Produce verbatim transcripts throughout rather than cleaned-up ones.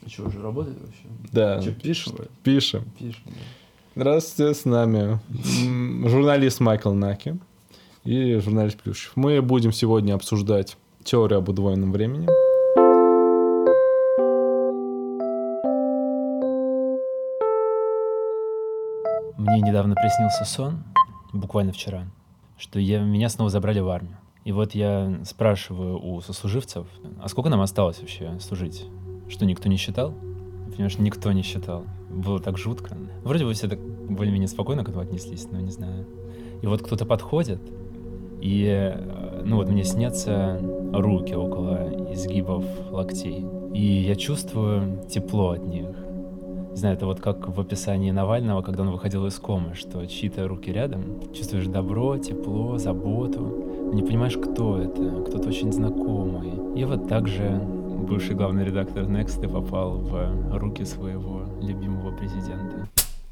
что, уже работает вообще? Да. Что, пишем? Пишем. Пишем, да. Здравствуйте, с нами журналист Майкл Наки и журналист Плющев. Мы будем сегодня обсуждать теорию об удвоенном времени. Мне недавно приснился сон, буквально вчера, что я, меня снова забрали в армию. И вот я спрашиваю у сослуживцев, а сколько нам осталось вообще служить? Что, никто не считал? Понимаешь, никто не считал. Было так жутко. Вроде бы все так более-менее спокойно к этому отнеслись, но не знаю. И вот кто-то подходит, и, ну вот, мне снятся руки около изгибов локтей. И я чувствую тепло от них. Не знаю, это вот как в описании Навального, когда он выходил из комы, что чьи-то руки рядом, чувствуешь добро, тепло, заботу, но не понимаешь, кто это, кто-то очень знакомый. И вот так же бывший главный редактор Next попал в руки своего любимого президента.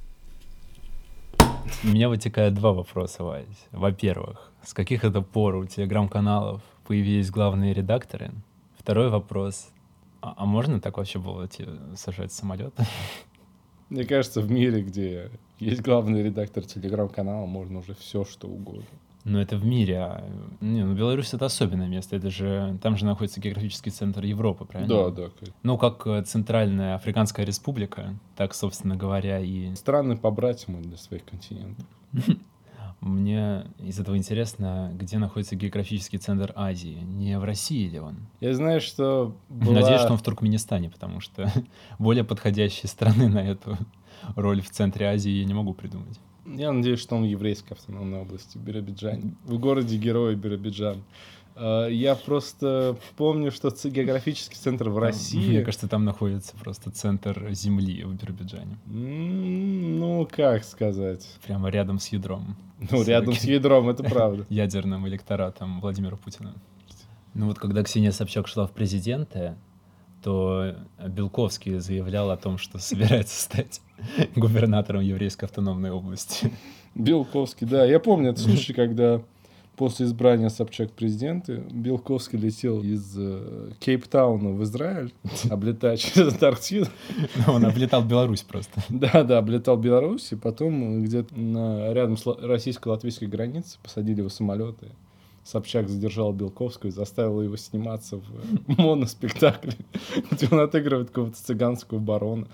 У меня вытекает два вопроса, Вась. Во-первых, с каких это пор у телеграм-каналов появились главные редакторы? Второй вопрос. А, а можно так вообще было идти сажать самолет? Мне кажется, в мире, где есть главный редактор телеграм-канала, можно уже все, что угодно. Ну, это в мире. А... Не, ну, Беларусь — это особенное место. Это же... Там же находится географический центр Европы, правильно? Да, да. Ну, как Центральная Африканская Республика, так, собственно говоря, и... Страны побратимы для своих континентов. Мне из этого интересно, где находится географический центр Азии. Не в России ли он? Я знаю, что была... Надеюсь, что он в Туркменистане, потому что более подходящей страны на эту роль в центре Азии я не могу придумать. Я надеюсь, что он в еврейской автономной области, Биробиджане, в городе Героя Биробиджан. Я просто помню, что географический центр в России... Мне кажется, там находится просто центр земли в Биробиджане. Ну, как сказать? Прямо рядом с ядром. Ну, рядом с ядром, это правда. Ядерным электоратом Владимира Путина. Ну вот, когда Ксения Собчак шла в президенты, то Белковский заявлял о том, что собирается стать губернатором еврейской автономной области. Белковский, да. Я помню этот случай, когда после избрания Собчак президента Белковский летел из э, Кейптауна в Израиль, облетая через Антарктиду. Он облетал Беларусь просто. Да, да, облетал Беларусь, и потом где-то на, рядом с российско-латвийской границей посадили его самолеты. Собчак задержал Белковского и заставил его сниматься в моноспектакле, где он отыгрывает какого-то цыганского барона.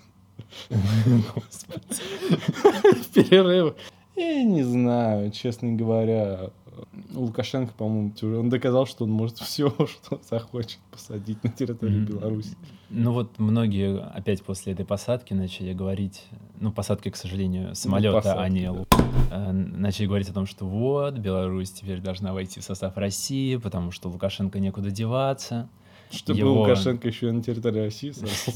В перерывах. Я не знаю, честно говоря. Лукашенко, по-моему, он доказал, что он может все, что захочет, посадить на территории mm-hmm. Беларуси. Ну вот многие опять после этой посадки начали говорить, ну посадки, к сожалению, самолета, ну, посадки, а не да. начали говорить о том, что вот, Беларусь теперь должна войти в состав России, потому что Лукашенко некуда деваться. Чтобы Его... Лукашенко еще на территории России.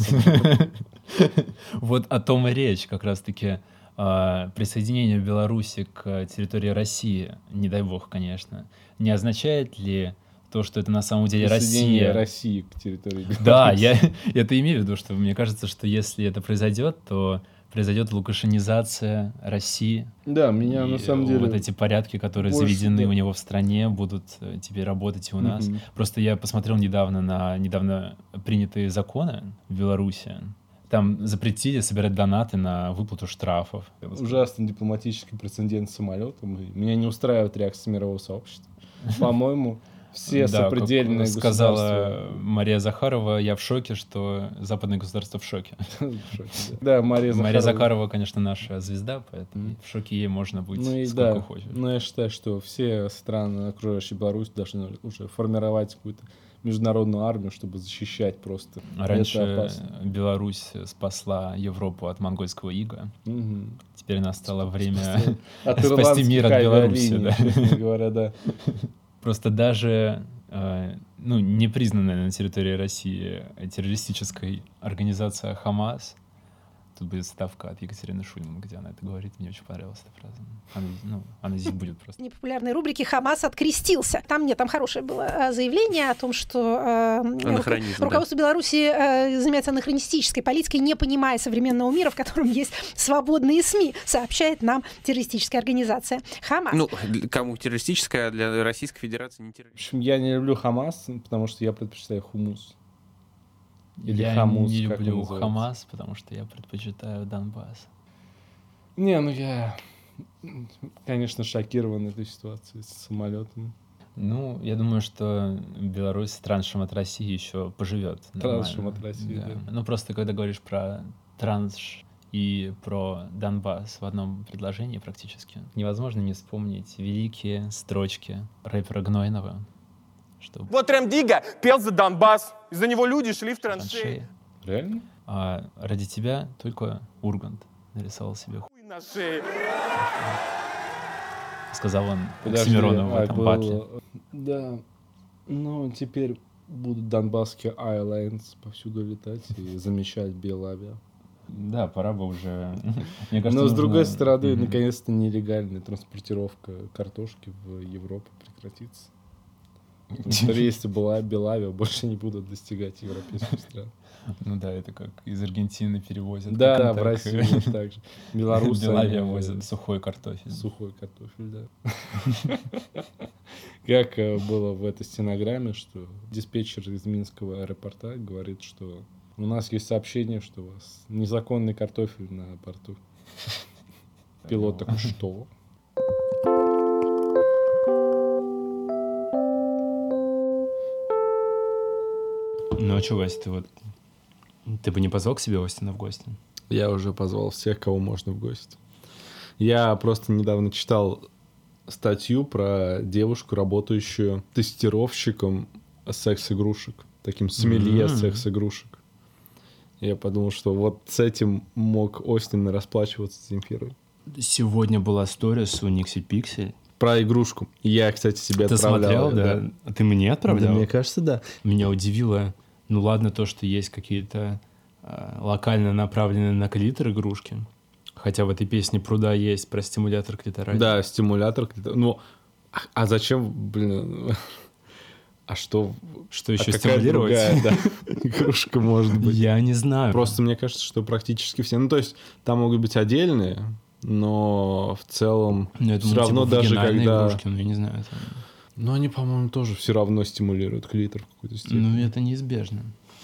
Вот о том и речь, как раз-таки. Присоединение Беларуси к территории России, не дай бог, конечно, не означает ли то, что это на самом деле Россия? России к территории Беларуси. Да, я это имею в виду, что мне кажется, что если это произойдет, то произойдет лукашенизация России. Да, меня на самом деле... Вот эти порядки, которые больше, заведены да. у него в стране, будут теперь работать и у нас. Mm-hmm. Просто я посмотрел недавно на недавно принятые законы в Беларуси. Там запретили собирать донаты на выплату штрафов. Ужасный дипломатический прецедент с самолетом. Меня не устраивает реакция мирового сообщества. По-моему, все да, сопредельные как государства... сказала Мария Захарова, я в шоке, что западные государства в шоке. Да, Мария Захарова. Мария Захарова, конечно, наша звезда, поэтому в шоке ей можно быть сколько хочешь. Но я считаю, что все страны, окружающие Беларусь, должны уже формировать какую-то международную армию, чтобы защищать просто. Раньше Беларусь спасла Европу от монгольского ига. Угу. Теперь настало время от спасти мир от Беларуси. Да. Честно говоря, да. Просто даже ну, не признанная на территории России террористической организация «Хамас», тут будет ставка от Екатерины Шульман, где она это говорит. Мне очень понравилась эта фраза. Она, ну, она здесь будет просто. В непопулярной рубрике «Хамас открестился». Там нет, там хорошее было заявление о том, что э, руководство да. Беларуси э, занимается анахронистической политикой, не понимая современного мира, в котором есть свободные СМИ, сообщает нам террористическая организация «Хамас». Ну, кому террористическая, а для Российской Федерации не террористическая. В общем, я не люблю «Хамас», потому что я предпочитаю хумус. Или я Хамус, не как он люблю называется? Хамас, потому что я предпочитаю Донбасс. Не, ну я, конечно, шокирован этой ситуацией с самолетом. Ну, я думаю, что Беларусь траншем от России еще поживет. Траншем нормально. от России, да. Ну, просто когда говоришь про транш и про Донбасс в одном предложении практически, невозможно не вспомнить великие строчки рэпера Гнойного. Что Вот Рэм Дигга пел за Донбасс, из-за него люди шли в траншеи. траншеи. Реально? А ради тебя только Ургант нарисовал себе хуй. Хуй на шее. Сказал он Подожди, Оксимирону в а этом был- батле. Да. Ну, теперь будут донбасские Airlines повсюду летать и замещать Белавиа. Да, пора бы уже. Мне кажется, Но, с нужно- другой стороны, Мгм. наконец-то нелегальная транспортировка картошки в Европу прекратится. Потому что рейсы была Белавиа больше не будут достигать европейских стран. Ну да, это как из Аргентины перевозят. Да, как да, он в так- России вот так же. Беларусы Белавия они, возят сухой картофель. Сухой картофель, да. Как э, было в этой стенограмме, что диспетчер из Минского аэропорта говорит, что у нас есть сообщение, что у вас незаконный картофель на борту. Пилот такой, что? Ну а что, Вася, ты вот... Ты бы не позвал к себе Остина в гости? Я уже позвал всех, кого можно в гости. Я просто недавно читал статью про девушку, работающую тестировщиком секс-игрушек. Таким сомелье М. секс-игрушек. Я подумал, что вот с этим мог Остин расплачиваться Земфирой. Сегодня была сторис у Никси Пиксель. Про игрушку. Я, кстати, себе Ты отправлял. смотрел, да? А ты мне отправлял? Да, мне кажется, да. Меня удивило, ну ладно, то, что есть какие-то э, локально направленные на клитор игрушки. Хотя в этой песне Пруда есть про стимулятор клиторальный. Да, стимулятор. клитор- Ну, а, а зачем, блин... А что... Что а еще какая стимулировать? другая, да, игрушка может быть? Я не знаю. Просто мне кажется, что практически все. Ну, то есть, там могут быть отдельные, но в целом Ну, я все думаю, равно типа даже вагинальные когда... игрушки, ну, я не знаю. там- Ну, они, по-моему, тоже все равно стимулируют клитор в какой-то степени. Ну, это неизбежно.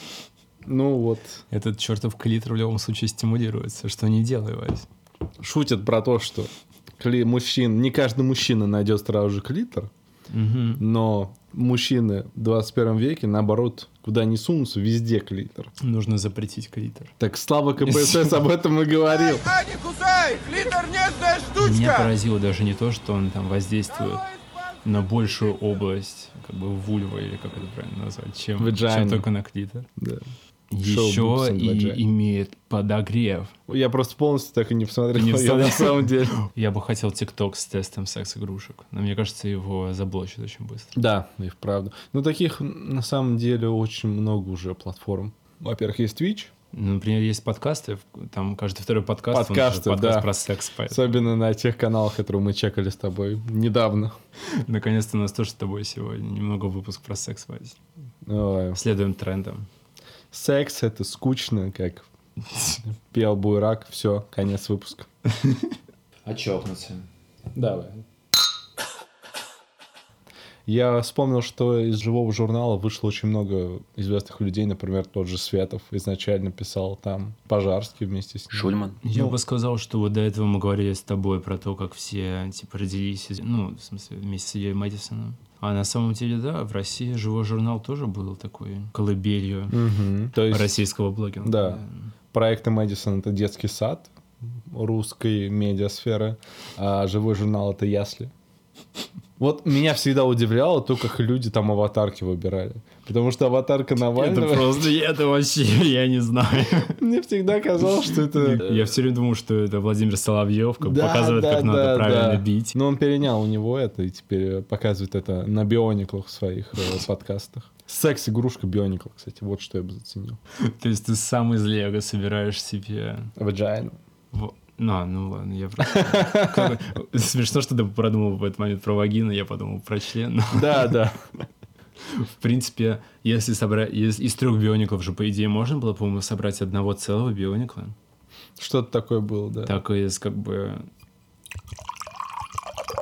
Ну, вот. Этот чертов клитор в любом случае стимулируется, что не делай, Вась. Шутят про то, что кли... мужчин... не каждый мужчина найдет сразу же клитор, Мгм. но мужчины в двадцать первом веке, наоборот, куда ни сунутся, везде клитор. Нужно запретить клитор. Так Слава КПСС об этом и говорил. А, не кусай! Клитор нежная штучка! Меня поразило даже не то, что он там воздействует на большую область, как бы вульва, или как это правильно назвать, чем, Vagina. чем только на клитор. Да. Еще boobs and и vagina. имеет подогрев. Я просто полностью так и не посмотрел. Не Я посмотрел? на самом деле. Я бы хотел ТикТок с тестом секс-игрушек, но мне кажется, его заблочат очень быстро. Да, и вправду. Ну, таких на самом деле очень много уже платформ. Во-первых, есть Twitch, Ну, например, есть подкасты, там каждый второй подкаст, он Подкасты, же подкаст да. про секс. поэтому особенно на тех каналах, которые мы чекали с тобой недавно. Наконец-то у нас тоже с тобой сегодня немного выпуск про секс, Вась. Ой. Следуем трендам. Секс — это скучно, как пел Буйрак. Все, конец выпуска. А чокнуться? Давай. Я вспомнил, что из живого журнала вышло очень много известных людей. Например, тот же Светов изначально писал там, Пожарский вместе с ним. Шульман. Я Ну, бы сказал, что вот до этого мы говорили с тобой про то, как все, типа, родились, из- ну, в смысле, вместе с Ильей Мэдисоном. А на самом деле, да, в России живой журнал тоже был такой колыбелью Мгм. То есть российского блогинга. да. проекты Мэдисон — это детский сад русской медиасферы, а живой журнал — это ясли. Вот меня всегда удивляло то, как люди там аватарки выбирали. Потому что аватарка Это Навального... просто, это вообще, я не знаю. Мне всегда казалось, что это... Я все время думал, что это Владимир Соловьев, как Да, показывает, да, как надо да, правильно да. бить. Но он перенял у него это и теперь показывает это на Биониклах в своих э, подкастах. Секс-игрушка Бионикл, кстати, вот что я бы заценил. То есть ты сам из Лего собираешь себе... Vagina. Во- Ну, ну ладно, я просто... Как бы- Смешно, что ты продумал в этот момент про вагину, я подумал про член. Но, Да, да. в принципе, если собрать... Из, из трех биониклов же, по идее, можно было, по-моему, собрать одного целого бионикла. Что-то такое было, да. Так и из, как бы...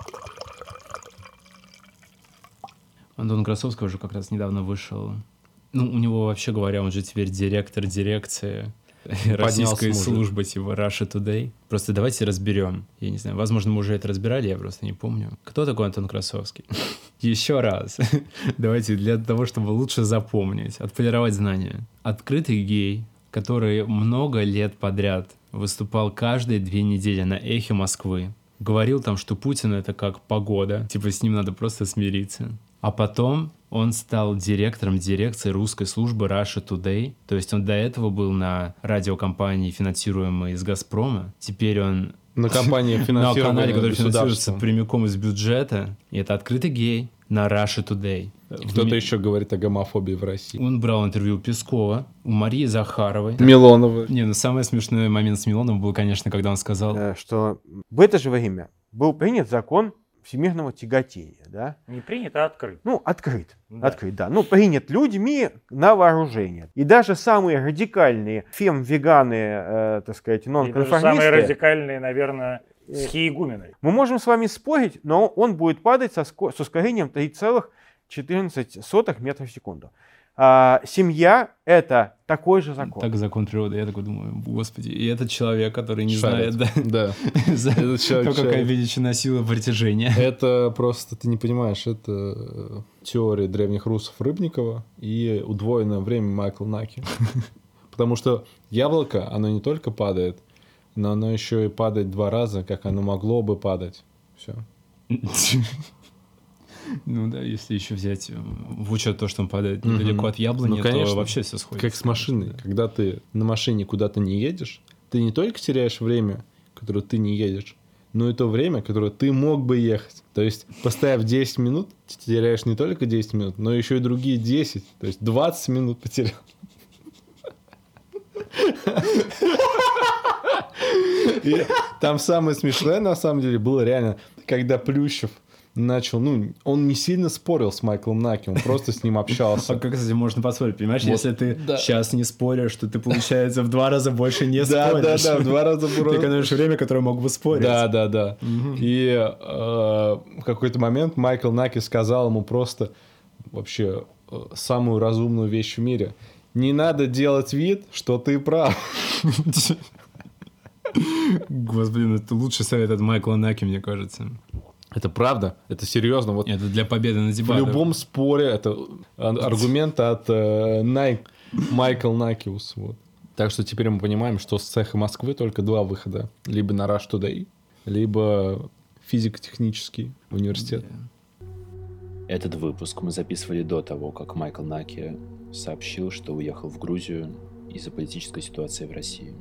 Антона Красовского же как раз недавно вышел Ну, у него, вообще говоря, он же теперь директор дирекции российской службы типа Russia Today. Просто давайте разберем. Я не знаю, возможно, мы уже это разбирали, я просто не помню. Кто такой Антон Красовский? Еще раз. Давайте для того, чтобы лучше запомнить, отполировать знания. Открытый гей, который много лет подряд выступал каждые две недели на «Эхе Москвы». Говорил там, что Путин — это как погода, типа с ним надо просто смириться. А потом он стал директором дирекции русской службы Russia Today. То есть он до этого был на радиокомпании, финансируемой из «Газпрома». Теперь он на компании, на канале, который финансируется прямиком из бюджета. И это открытый гей на Russia Today. Кто-то в... еще говорит о гомофобии в России. Он брал интервью у Пескова, у Марии Захаровой. Милоновой. Не, ну самый смешной момент с Милоновым был, конечно, когда он сказал, что в это же время был принят закон всемирного тяготения, да? Не принят, а открыт. Ну, открыт, да. открыт, да. Ну, принят людьми на вооружение. И даже самые радикальные фем-веганы, э, так сказать, нонконформисты... И даже самые радикальные, наверное, схиегумены. Мы можем с вами спорить, но он будет падать со, ско... с ускорением три целых четырнадцать сотых метра в секунду. А, семья — это такой же закон. Так закон природы. Я такой думаю, господи, и этот человек, который не Шарит. знает, да, да. то, какая величина силы притяжения. Это просто, ты не понимаешь, это теория древних русов Рыбникова и удвоенное время Майкла Наки. Потому что яблоко, оно не только падает, но оно еще и падает два раза, как оно могло бы падать. Все. Ну да, если еще взять в учет то, что он падает недалеко от яблони, ну, конечно, то вообще все сходит. Как с машиной. Да. Когда ты на машине куда-то не едешь, ты не только теряешь время, которое ты не едешь, но и то время, которое ты мог бы ехать. То есть, поставив десять минут, ты теряешь не только десять минут, но еще и другие десять. То есть, двадцать минут потерял. И там самое смешное, на самом деле, было реально, когда Плющев начал, ну, он не сильно спорил с Майклом Наки, он просто с ним общался. А как, кстати, можно поспорить, понимаешь? Вот, если ты да. сейчас не споришь, то ты, получается, в два раза больше не да, споришь. Да, да, в два раза больше. Ты экономишь время, которое мог бы спорить. Да, да, да. Угу. И э, в какой-то момент Майкл Наки сказал ему просто вообще э, самую разумную вещь в мире. Не надо делать вид, что ты прав. Господи, это лучший совет от Майкла Наки, мне кажется. Это правда, это серьезно. Вот это для победы на дебатах. В любом споре это аргумент от э, Най... Майкл Накиус. Вот. Так что теперь мы понимаем, что с цеха Москвы только два выхода. Либо на Russia Today, либо физико-технический университет. Этот выпуск мы записывали до того, как Майкл Наки сообщил, что уехал в Грузию из-за политической ситуации в России.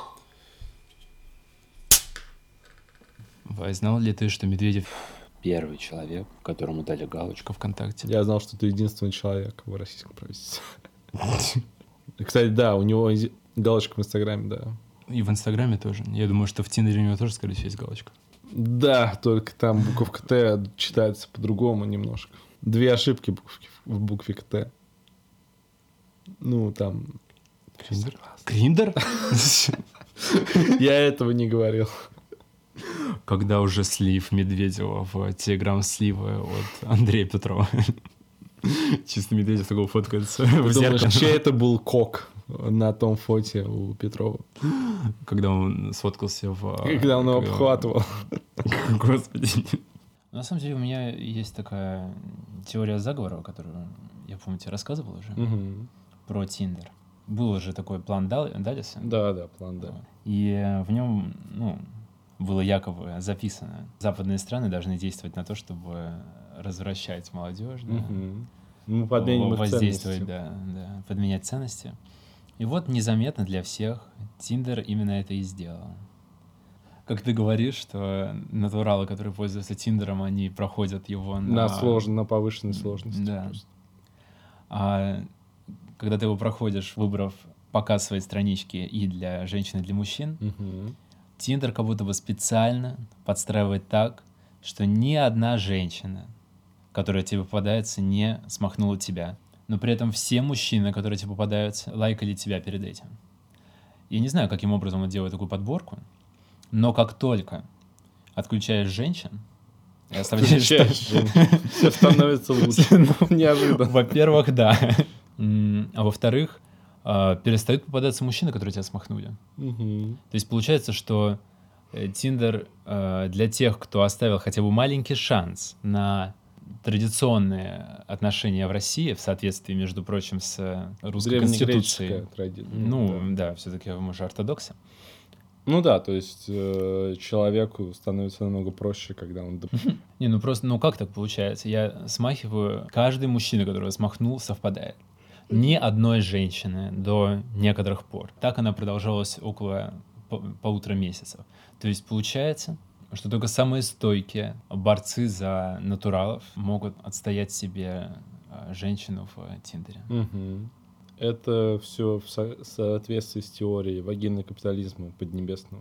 Вай, знал ли ты, что Медведев первый человек, которому дали галочку ВКонтакте? Я знал, что ты единственный человек в российском правительстве. Кстати, да, у него галочка в Инстаграме, да. И в Инстаграме тоже. Я думаю, что в Тиндере у него тоже, скорее всего, есть галочка. Да, только там буковка Т читается по-другому немножко. Две ошибки в букве Т. Ну, там... Криндер? Криндер? Я этого не говорил. Когда уже слив Медведева в телеграм сливы от Андрея Петрова. Чисто Медведев такого фоткается в зеркало. Чей это был кок на том фоте у Петрова? Когда он сфоткался в... Когда он его обхватывал. Господи. На самом деле у меня есть такая теория заговора, которую, я помню, тебе рассказывал уже, про Тиндер. Был уже такой план Даллеса. Да, да, план, да. И в нем, ну... было якобы записано. Западные страны должны действовать на то, чтобы развращать молодежь, да, угу. Мы подменим их воздействовать, да, да, подменять ценности. И вот незаметно для всех Тиндер именно это и сделал. Как ты говоришь, что натуралы, которые пользуются Тиндером, они проходят его на... На, слож... на повышенной сложности. Да. Просто. А когда ты его проходишь, выбрав показ своей странички и для женщин, и для мужчин, угу. Тиндер как будто бы специально подстраивает так, что ни одна женщина, которая тебе попадается, не смахнула тебя. Но при этом все мужчины, которые тебе попадаются, лайкали тебя перед этим. Я не знаю, каким образом он делает такую подборку, но как только отключаешь женщин и оставляешь... Все становится лучше. Неожиданно. Во-первых, да. А во-вторых, перестают попадаться мужчины, которые тебя смахнули. Угу. То есть получается, что Tinder для тех, кто оставил хотя бы маленький шанс на традиционные отношения в России, в соответствии, между прочим, с русской конституцией. Тради... Ну, да, да все-таки мы же ортодоксы. Ну да, то есть э, человеку становится намного проще, когда он... Не, ну просто, ну как так получается? Я смахиваю, каждый мужчина, который смахнул, совпадает. Ни одной женщины до некоторых пор. Так она продолжалась около полутора месяцев. То есть получается, что только самые стойкие борцы за натуралов могут отстоять себе женщину в Тиндере. Угу. Это все в со- соответствии с теорией вагинного капитализма поднебесного,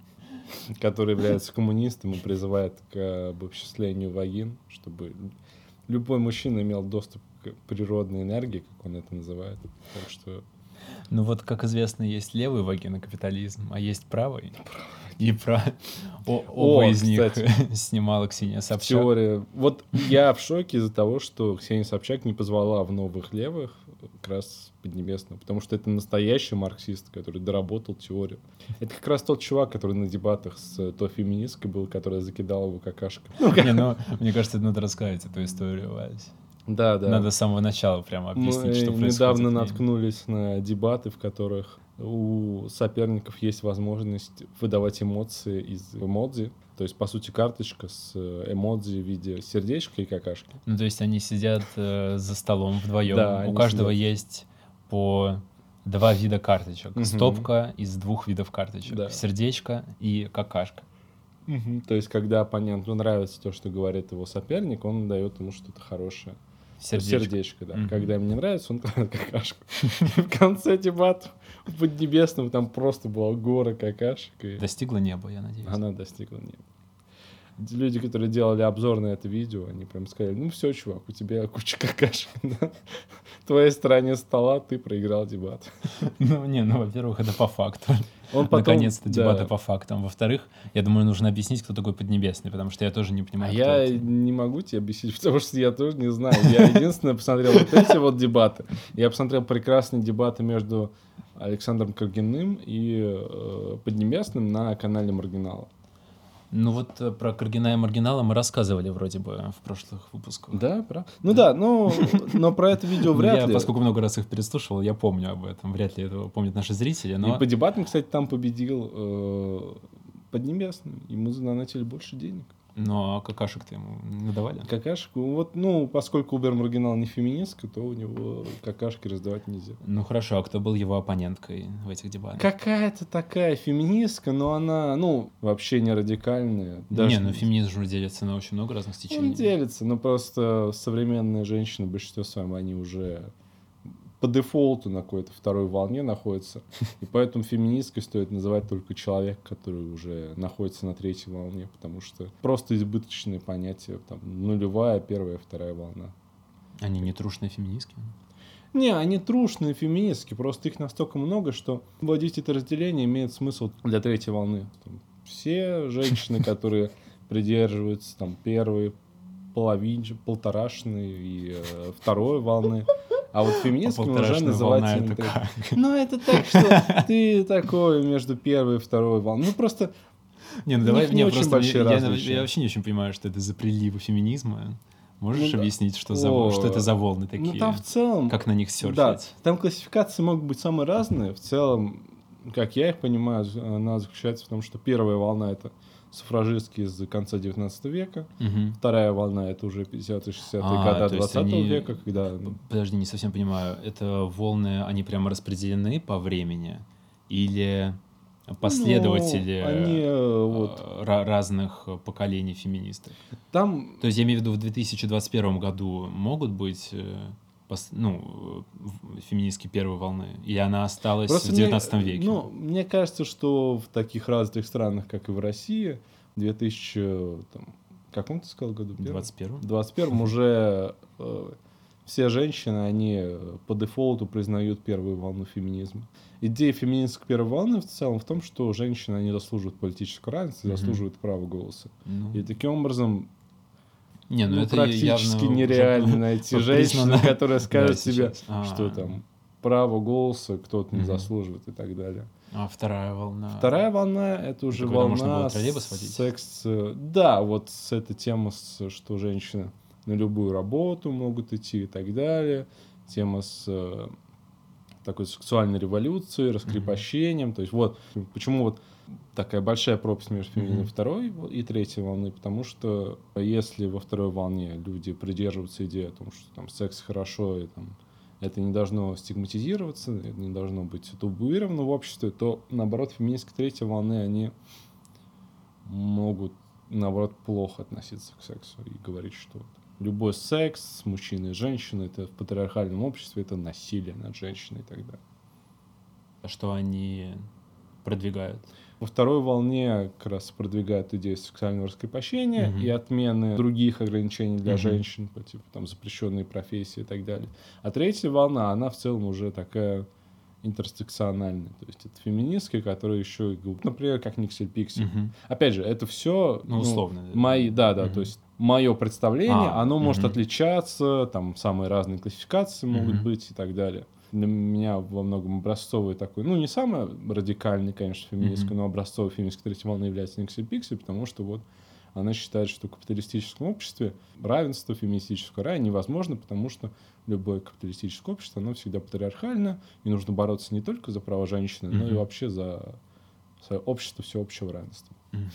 который является коммунистом и призывает к обобществлению вагин, чтобы любой мужчина имел доступ к природной энергии, как он это называет. Так что... Ну вот, как известно, есть левый вагинный капитализм, а есть правый. И про О, оба О, из кстати, них снимала Ксения Собчак. Теория. Вот я в шоке из-за того, что Ксения Собчак не позвала в новых левых как раз Поднебесного, потому что это настоящий марксист, который доработал теорию. Это как раз тот чувак, который на дебатах с той феминисткой был, которая закидала его какашкой. Не, ну, мне кажется, это надо рассказать эту историю, Вась. Да, да. Надо с самого начала прямо объяснить, Мы что происходит. недавно наткнулись на дебаты, в которых у соперников есть возможность выдавать эмоции из эмодзи. То есть, по сути, карточка с эмодзи в виде сердечка и какашки. Ну, то есть они сидят э, за столом вдвоем. Да, у каждого сидят. Есть по два вида карточек. Угу. Стопка из двух видов карточек. Да. Сердечко и какашка. Угу. То есть, когда оппоненту нравится то, что говорит его соперник, он дает ему что-то хорошее. Сердечко. Сердечко, да. Мгм. Когда им не нравится, он кладет какашку. И в конце дебатов в Поднебесном там просто была гора какашек. И Достигла неба, я надеюсь. она достигла неба. Люди, которые делали обзор на это видео, они прям сказали: ну все, чувак, у тебя куча какашек на твоей стороне стола, ты проиграл дебат. Ну, не, ну, во-первых, это по факту. Он потом- Наконец-то дебаты да. по фактам. Во-вторых, я думаю, нужно объяснить, кто такой Поднебесный, потому что я тоже не А понимаю, кто я это. не могу тебе объяснить, потому что я тоже не знаю. Я единственное посмотрел вот эти вот дебаты. Я посмотрел прекрасные дебаты между Александром Каргиным и э, Поднебесным на канале Маргинала. Ну вот э, про Каргина и Маргинала мы рассказывали вроде бы в прошлых выпусках. Да, правда? Ну да, но, но про это видео Ну, вряд я, ли. поскольку много раз их переслушивал, я помню об этом. Вряд ли это помнят наши зрители, но... И по дебатам, кстати, там победил э, Поднебесный. Ему задонатили больше денег. Ну, а какашек-то ему надавали? Какашку, вот, ну, поскольку Убер Маргинал не феминистка, то у него какашки раздавать нельзя. Ну хорошо, а кто был его оппоненткой в этих дебатах? Какая-то такая феминистка, но она, ну, вообще не радикальная. Не, ну феминизм же делится на очень много разных течений. Он делится, но просто современные женщины, в большинстве своем, они уже по дефолту на какой-то второй волне находятся. И поэтому феминисткой стоит называть только человека, который уже находится на третьей волне, потому что просто избыточные понятия, там, нулевая, первая, вторая волна. Они не трушные феминистки? Не, они трушные феминистки, просто их настолько много, что вводить это разделение имеет смысл для третьей волны. Там все женщины, которые придерживаются там первой половины, полторашной и э, второй волны, а вот феминистками уже называть... Это как? Ну, это так, что ты такой между первой и второй волной. Ну, просто... Не, ну у давай них не мне очень просто... большие я, я, различия. я вообще не очень понимаю, что это за приливы феминизма. Можешь Ну да. объяснить, что, за, О, что это за волны такие? Ну, там в целом... Как на них серфить? Да, там классификации могут быть самые разные. В целом, как я их понимаю, она заключается в том, что первая волна — это суфражистки из конца девятнадцатого века. Мгм. Вторая волна — это уже пятидесятые шестидесятые А, года то есть двадцатого они- века, когда... Подожди, не совсем понимаю. Это волны, они прямо распределены по времени? Или последователи Ну, они, э, э, вот. ра- разных поколений феминисток? Там То есть я имею в виду, в две тысячи двадцать первом году могут быть э, пос- ну, в- феминистки первой волны? Или она осталась просто в мне- девятнадцатом веке? Ну, мне кажется, что в таких развитых странах, как и в России, в две тысячи, там, каком ты сказал году? В двадцать первом? В двадцать первом уже э, все женщины, они э, по дефолту признают первую волну феминизма. Идея феминистской первой волны в целом в том, что женщины, они заслуживают политического равенства, Мгм. заслуживают права голоса. Ну, И таким образом Не, ну, ну, это практически явно нереально уже найти признано. женщину, которая скажет Да, тебе, сейчас. что А. там право голоса кто-то не Мгм. заслуживает и так далее. А вторая волна. Вторая волна — это уже когда можно волна было троллейбус водить? секс. э, Да, вот с этой темы, с- что женщины на любую работу могут идти и так далее. Тема с э, такой сексуальной революцией, раскрепощением. То есть вот почему вот такая большая пропасть между феминизмом Мгм. второй и третьей волны, потому что если во второй волне люди придерживаются идеи о том, что там секс хорошо и там это не должно стигматизироваться, это не должно быть табуировано в обществе, то, наоборот, феминистки третьей волны, они могут, наоборот, плохо относиться к сексу и говорить, что любой секс с мужчиной и женщиной, это в патриархальном обществе, это насилие над женщиной и так далее. Что они продвигают. Во второй волне как раз продвигают идею сексуального раскрепощения Мгм. и отмены других ограничений для Мгм. женщин, по типу там запрещенные профессии и так далее. А третья волна, она в целом уже такая интерсекциональная. То есть это феминистки, которые еще, например, как Никсель Пиксель. Мгм. Опять же, это все Ну, условно. да. мои, да, да, Мгм. то есть мое представление, А, оно может мгм. отличаться, там самые разные классификации могут Мгм. быть и так далее. Для меня во многом образцовый такой, ну, не самый радикальный, конечно, феминистка, Мгм. но образцовый феминистка третьей волны является Никсель Пиксель, потому что вот она считает, что в капиталистическом обществе равенство феминистического рая невозможно, потому что любое капиталистическое общество, оно всегда патриархально, и нужно бороться не только за права женщины, но и Мгм. вообще за свое общество всеобщего равенства. Мгм.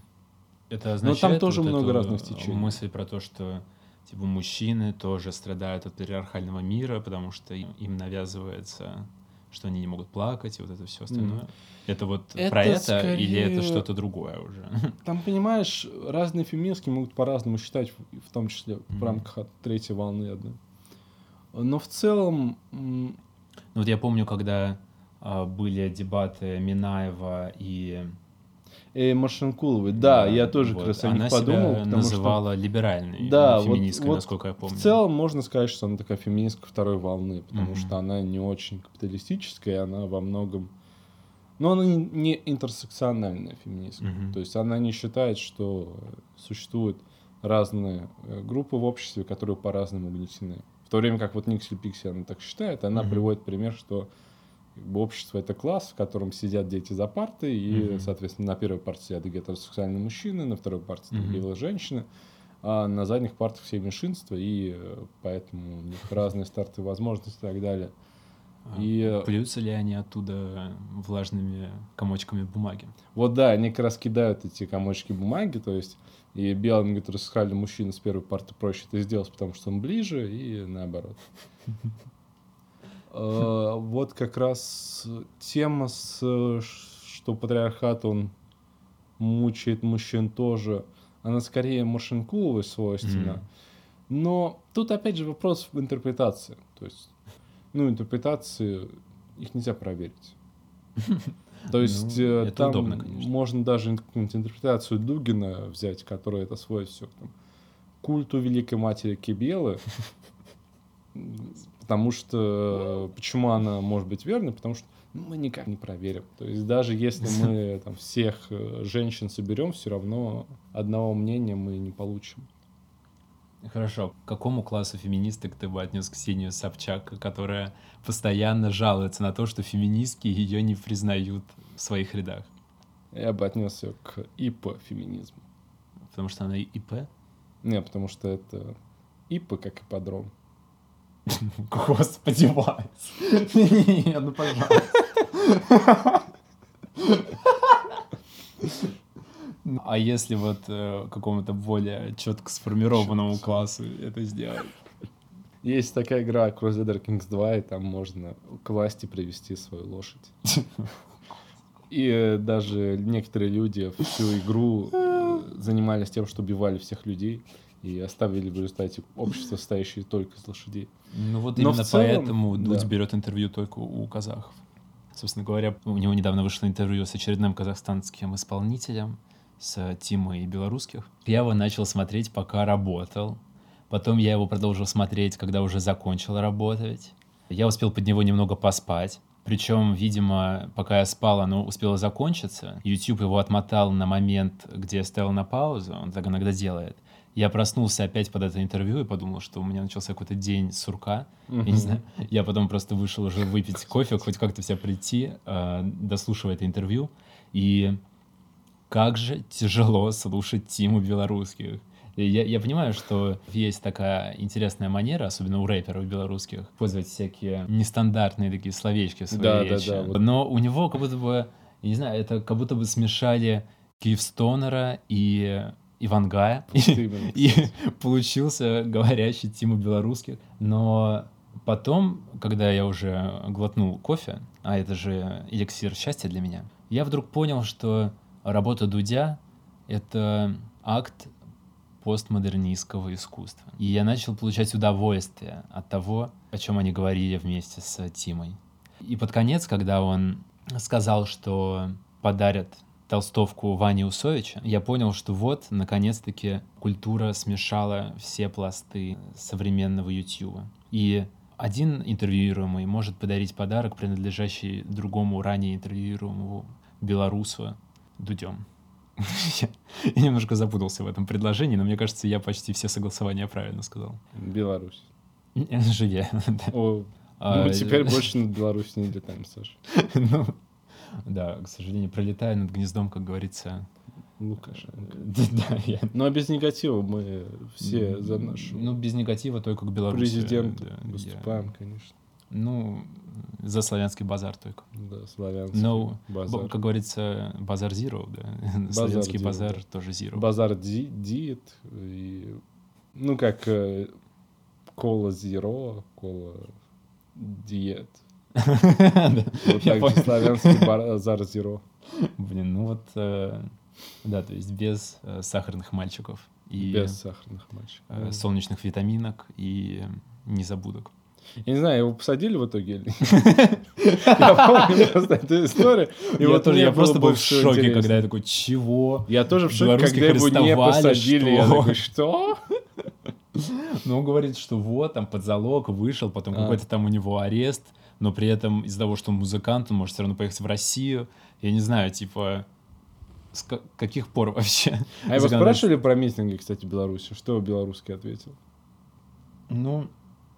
Это Но означает там тоже вот много эту разных течений. мысль про то, что типа мужчины тоже страдают от патриархального мира, потому что им, им навязывается, что они не могут плакать и вот это все остальное. Мгм. Это вот Это про это или это скорее- что-то другое уже? Там, понимаешь, разные феминистки могут по-разному считать, в в том числе в Мгм. рамках от третьей волны одной. Но в целом, м, Ну вот я помню, когда а, были дебаты Минаева и э, Маршанкуловой, да, я тоже вот, как раз о она них подумал, себя потому что называла либеральной Да, э, вот- феминисткой, вот насколько я помню. в целом можно сказать, что она такая феминистка второй волны, потому Мгм. что она не очень капиталистическая, она во многом... Но она не, не интерсекциональная феминистка. Мгм. То есть она не считает, что существуют разные э, группы в обществе, которые по-разному угнетены. В то время как вот Никсель Пиксель, она так считает, она Мгм. приводит пример, что как бы, общество — это класс, в котором сидят дети за партой, и, Мгм. соответственно, на первой парте сидят гетеросексуальные мужчины, на второй парте там Мгм. белые женщины, а на задних партах все меньшинства, и э, поэтому у них разные старты возможности и так далее. А И э, плюются ли они оттуда влажными комочками бумаги? вот да, они как раз кидают эти комочки бумаги, то есть и белым гетеросексуальным мужчинам с первой парты проще это сделать, потому что он ближе, и наоборот. Э, Вот как раз тема, с, э, ш- что патриархат, он мучает мужчин тоже, она скорее Маршанкуловой свойственна. Мгм. Но тут опять же вопрос в интерпретации. То есть, ну, интерпретации, их нельзя проверить. То есть Ну, э, это там удобно, конечно. можно даже ин- какую-нибудь интерпретацию Дугина взять, которая это сводит все к там, культу Великой Матери Кибелы. Потому что... Почему она может быть верной? Потому что ну, мы никак не проверим. То есть даже если мы там, всех э, женщин соберем, все равно одного мнения мы не получим. Хорошо. К какому классу феминисток ты бы отнес Ксению Собчак, которая постоянно жалуется на то, что феминистки ее не признают в своих рядах? Я бы отнес ее к ИП-феминизму. Потому что она ИП? Не, потому что это ИП как ипподром. Господи, Вась. Нет, ну пожалуйста. А если вот э, какому-то более четко сформированному классу это сделать? Есть такая игра Crusader Kings два, и там можно к власти привести свою лошадь. И э, даже некоторые люди всю игру э, занимались тем, что убивали всех людей и оставили в результате общество, состоящее только из лошадей. Ну вот Но именно в целом, поэтому Дудь да. берет интервью только у казахов. Собственно говоря, у него недавно вышло интервью с очередным казахстанским исполнителем, с Тимой Белорусских. Я его начал смотреть, пока работал. Потом я его продолжил смотреть, когда уже закончил работать. Я успел под него немного поспать. Причем, видимо, пока я спал, оно успело закончиться. YouTube его отмотал на момент, где я ставил на паузу. Он так иногда делает. Я проснулся опять под это интервью и подумал, что у меня начался какой-то день сурка. Mm-hmm. Я не знаю. Я потом просто вышел уже выпить кофе, хоть как-то в себя прийти, э, дослушивая это интервью. И как же тяжело слушать Тиму Белорусских. Я, я понимаю, что есть такая интересная манера, особенно у рэперов белорусских, использовать всякие нестандартные такие словечки в своей да, речи. Да, да, вот. Но у него как будто бы, я не знаю, это как будто бы смешали Киевстонера и Ивангая, и, и получился говорящий Тима Белорусских. Но потом, когда я уже глотнул кофе, а это же эликсир счастья для меня, я вдруг понял, что работа Дудя — это акт постмодернистского искусства. И я начал получать удовольствие от того, о чем они говорили вместе с Тимой. И под конец, когда он сказал, что подарят толстовку Вани Усовича, я понял, что вот, наконец-таки, культура смешала все пласты современного Ютьюба. И один интервьюируемый может подарить подарок, принадлежащий другому ранее интервьюируемому белорусу Дудем. Я, я немножко запутался в этом предложении, но мне кажется, я почти все согласования правильно сказал. Беларусь. Живе. О, а, мы теперь больше над Беларусью не летаем, Саша. Ну, да, к сожалению, пролетаю над гнездом, как говорится, Лукашенко. Да, да, я... Ну, а без негатива мы все за нашу... Ну, без негатива только к Беларуси. Президент да, выступаем, я... конечно. Ну, за славянский базар только. Да, славянский Но, базар. Как говорится, базар zero, да. Базар славянский zero, базар да. тоже zero. Базар диет. И... Ну, как кола zero, кола диет. Вот так же славянский базар zero. Блин, ну вот... Да, то есть без сахарных мальчиков. И без сахарных мальчиков. Солнечных витаминок и незабудок. Я не знаю, его посадили в итоге или нет? Я помню просто эту историю. Я просто был в шоке, когда я такой, чего? Я тоже в шоке, когда его не посадили. Я такой, что? Ну, он говорит, что вот, там под залог вышел, потом какой-то там у него арест, но при этом из-за того, что он музыкант, он может все равно поехать в Россию. Я не знаю, типа... С каких пор вообще? А его спрашивали про митинги, кстати, в Беларуси? Что белорусский ответил? Ну,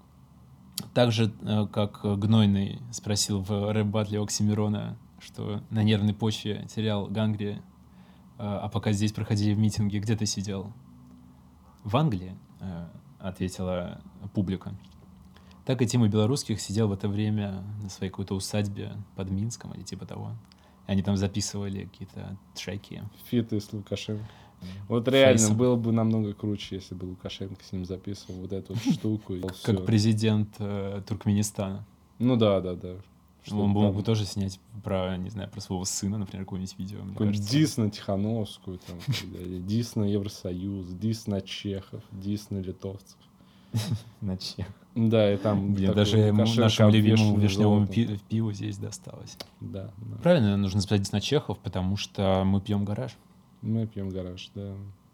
так же, как Гнойный спросил в рэп-батле Оксимирона, что на нервной почве терял Гангри, а пока здесь проходили митинги, где ты сидел? В Англии, ответила публика. Так и Тима Белорусских сидел в это время на своей какой-то усадьбе под Минском или типа того. Они там записывали какие-то треки. Фиты с Лукашенко. Вот реально Фейсом. Было бы намного круче, если бы Лукашенко с ним записывал вот эту вот штуку. Как президент э, Туркменистана. Ну да, да, да. Он мог бы тоже снять про, не знаю, про своего сына, например, какое-нибудь видео. Дис на Тихановскую, там, дис на Евросоюз, дис на чехов, дис на литовцев. На чех. Да, и там... Блин, даже нашему любимому вишневому пи- пиву здесь досталось. Да, да. Правильно, нужно записать на чехов, потому что мы пьем гараж. Мы пьем гараж, да.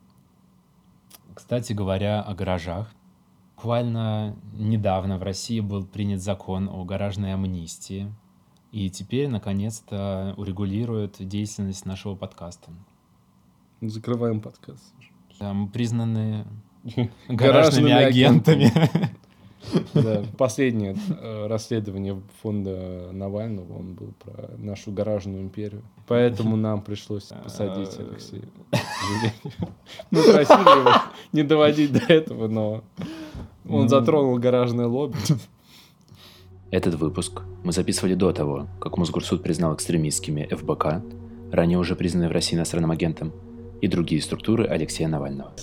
Кстати говоря, о гаражах. Буквально недавно в России был принят закон о гаражной амнистии. И теперь, наконец-то, урегулирует деятельность нашего подкаста. Закрываем подкаст. Там признаны гаражными агентами. Да, последнее э, расследование фонда Навального, он был про нашу гаражную империю. Поэтому нам пришлось посадить Алексея. Мы просили его не доводить до этого, но он затронул гаражное лобби. Этот выпуск мы записывали до того, как Мосгорсуд признал экстремистскими эф бэ ка, ранее уже признанный в России иностранным агентом, и другие структуры Алексея Навального.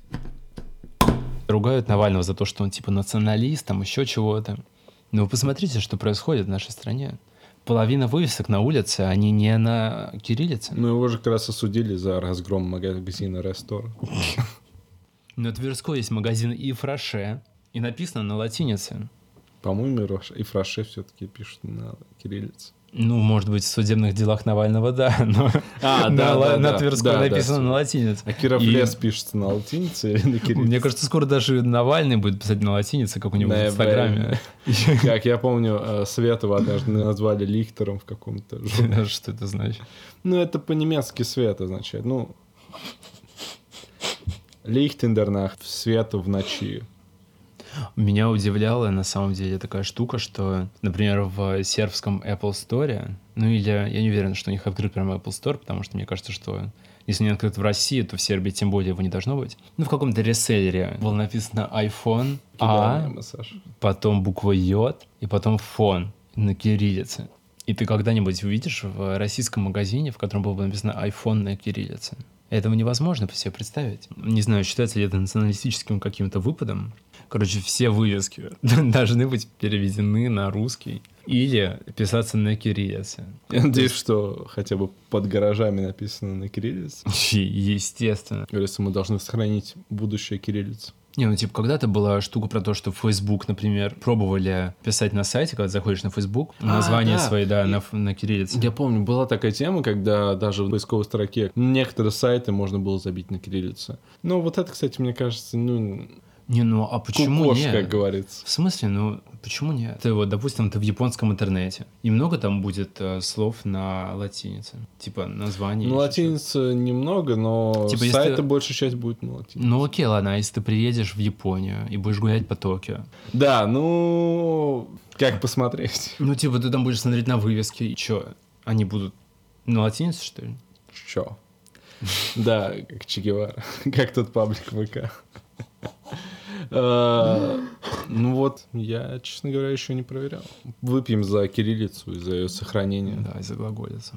Ругают Навального за то, что он типа националист, там еще чего-то. Но вы посмотрите, что происходит в нашей стране. Половина вывесок на улице, они не на кириллице. Ну, его же как раз осудили за разгром магазина Рестор. На Тверской есть магазин и Фраше, и написано на латинице. По-моему, и Фраше все-таки пишут на кириллице. Ну, может быть, в судебных делах Навального, да, но а, на, да, ла- да, на да, Тверской да, написано да, на латинице. А Кировлес и... пишется на латинице или на кириллице? Мне кажется, скоро даже Навальный будет писать на латинице, как у него да, в Инстаграме. Как я помню, Светова однажды назвали Лихтером в каком-то... Что это значит? Ну, это по-немецки Свет означает. Ну, Лихтендернахт, свет в ночи. Меня удивляла на самом деле такая штука, что, например, в сербском Apple Store, ну или я не уверен, что у них открыт прямо Apple Store, потому что мне кажется, что если не открыт в России, то в Сербии тем более его не должно быть. Ну, в каком-то реселлере было написано iPhone, а, потом буква J, и потом фон на кириллице. И ты когда-нибудь увидишь в российском магазине, в котором было бы написано iPhone на кириллице? Этого невозможно себе представить. Не знаю, считается ли это националистическим каким-то выпадом. Короче, все вывески должны быть переведены на русский или писаться на кириллице. Я надеюсь, что хотя бы под гаражами написано на кириллице. Естественно. Говорится, мы должны сохранить будущее кириллицы. Не, ну типа когда-то была штука про то, что Facebook, например, пробовали писать на сайте, когда заходишь на Facebook, а, название да. свои, да, на, на кириллице. Я помню, была такая тема, когда даже в поисковой строке некоторые сайты можно было забить на кириллице. Ну вот это, кстати, мне кажется, ну... Не, ну а почему Кукош, нет? как говорится. В смысле, ну почему нет? Ты вот, допустим, ты в японском интернете, и много там будет э, слов на латинице, типа название. Ну латиницы немного, но типа, сайты если... большая часть будет на латинице. Ну окей, ладно, а если ты приедешь в Японию и будешь гулять по Токио? Да, ну как посмотреть? Ну типа ты там будешь смотреть на вывески, и чё? Они будут на латинице, что ли? Чё? Да, как Че Гевара, как тот паблик ВК. Uh, ну вот, я, честно говоря, еще не проверял. Выпьем за кириллицу и за ее сохранение. Да, и за глаголицу.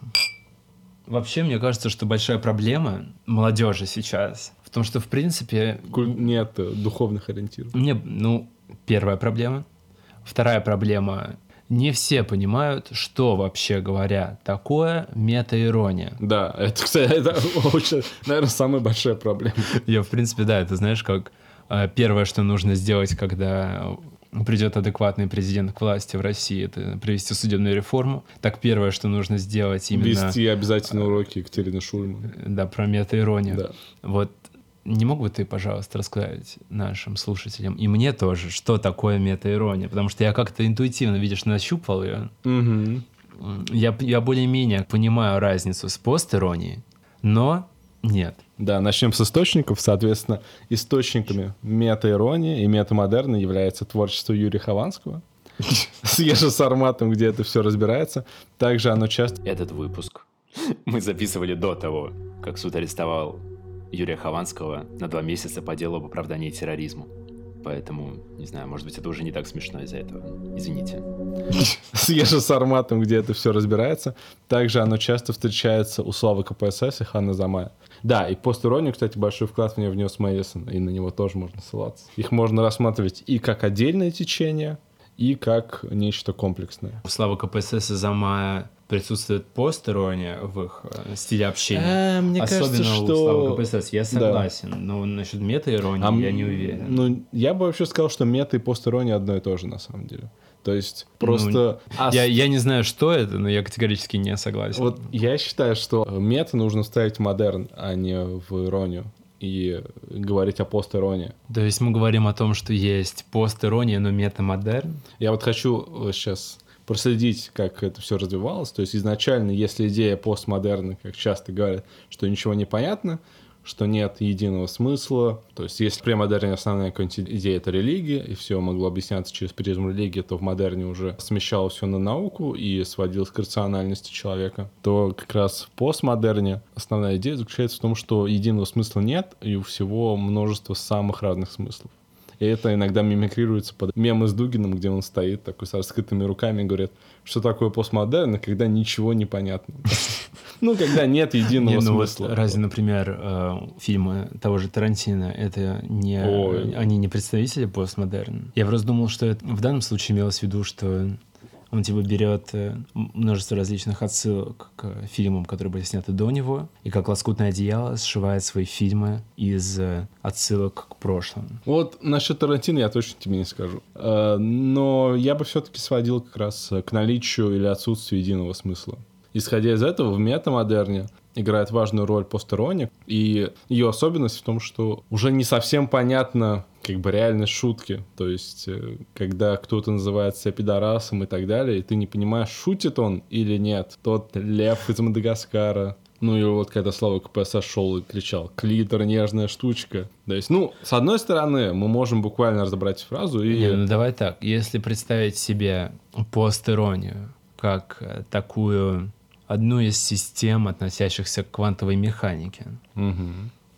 Вообще, мне кажется, что большая проблема молодежи сейчас в том, что, в принципе... Нет духовных ориентиров. Не, ну, первая проблема. Вторая проблема... Не все понимают, что, вообще говоря, такое мета-ирония. Да, это, кстати, это очень, наверное, самая большая проблема. Я, в принципе, да, это знаешь, как первое, что нужно сделать, когда придет адекватный президент к власти в России, это провести судебную реформу. Так первое, что нужно сделать именно... Вести обязательно уроки Екатерины Шульман. Да, про мета-иронию. Да. Вот не мог бы ты, пожалуйста, рассказать нашим слушателям, и мне тоже, что такое мета-ирония? Потому что я как-то интуитивно, видишь, нащупал ее. Угу. Я, я более-менее понимаю разницу с пост-иронией, но нет. Да, начнем с источников. Соответственно, источниками мета-иронии и метамодерна является творчество Юрия Хованского с Ежесарматом, где это все разбирается. Также оно часто... Этот выпуск мы записывали до того, как суд арестовал Юрия Хованского на два месяца по делу об оправдании терроризму. Поэтому, не знаю, может быть, это уже не так смешно из-за этого. Извините. С Ежесарматом, где это все разбирается. Также оно часто встречается у Славы КПСС и Ханны Замая. Да, и пост-иронию, кстати, большой вклад в нее внес Моесон, и на него тоже можно ссылаться. Их можно рассматривать и как отдельное течение, и как нечто комплексное. У Славы КПСС и Замая присутствует пост-ирония в их э, стиле общения. А, мне Особенно кажется, у что... Славы КПСС. Я согласен, да. Но насчет мета-иронии а, я не уверен. Ну, я бы вообще сказал, что мета и пост-ирония одно и то же, на самом деле. То есть просто... Ну, а... я, я не знаю, что это, но я категорически не согласен. Вот я считаю, что мета нужно ставить в модерн, а не в иронию. И говорить о пост-иронии. То есть мы говорим о том, что есть пост-ирония, но мета-модерн? Я вот хочу сейчас проследить, как это все развивалось. То есть изначально, если идея постмодерна, как часто говорят, что ничего не понятно, что нет единого смысла. То есть если при модерне основная какая-нибудь идея — это религия, и все могло объясняться через призму религии, то в модерне уже смещалось все на науку и сводилось к рациональности человека, то как раз в постмодерне основная идея заключается в том, что единого смысла нет, и у всего множество самых разных смыслов. И это иногда мимикрируется под мемы с Дугиным, где он стоит такой с раскрытыми руками и говорит, что такое постмодерн, когда ничего не понятно. Ну, когда нет единого смысла. Разве, например, фильмы того же Тарантино, это не... Они не представители постмодерна? Я просто думал, что в данном случае имелось в виду, что он типа берет множество различных отсылок к фильмам, которые были сняты до него, и как лоскутное одеяло сшивает свои фильмы из отсылок к прошлому. Вот насчет Тарантино я точно тебе не скажу. Но я бы все-таки сводил как раз к наличию или отсутствию единого смысла. Исходя из этого, в метамодерне играет важную роль пост-ирония, и ее особенность в том, что уже не совсем понятно как бы реальность шутки. То есть, когда кто-то называет себя пидорасом и так далее, и ты не понимаешь, шутит он или нет. Тот лев из Мадагаскара, Ну и вот когда Слава КПСС шел и кричал «Клитор, нежная штучка». То есть, ну, с одной стороны, мы можем буквально разобрать фразу и... Не, ну давай так, если представить себе постиронию как такую одну из систем, относящихся к квантовой механике, Угу.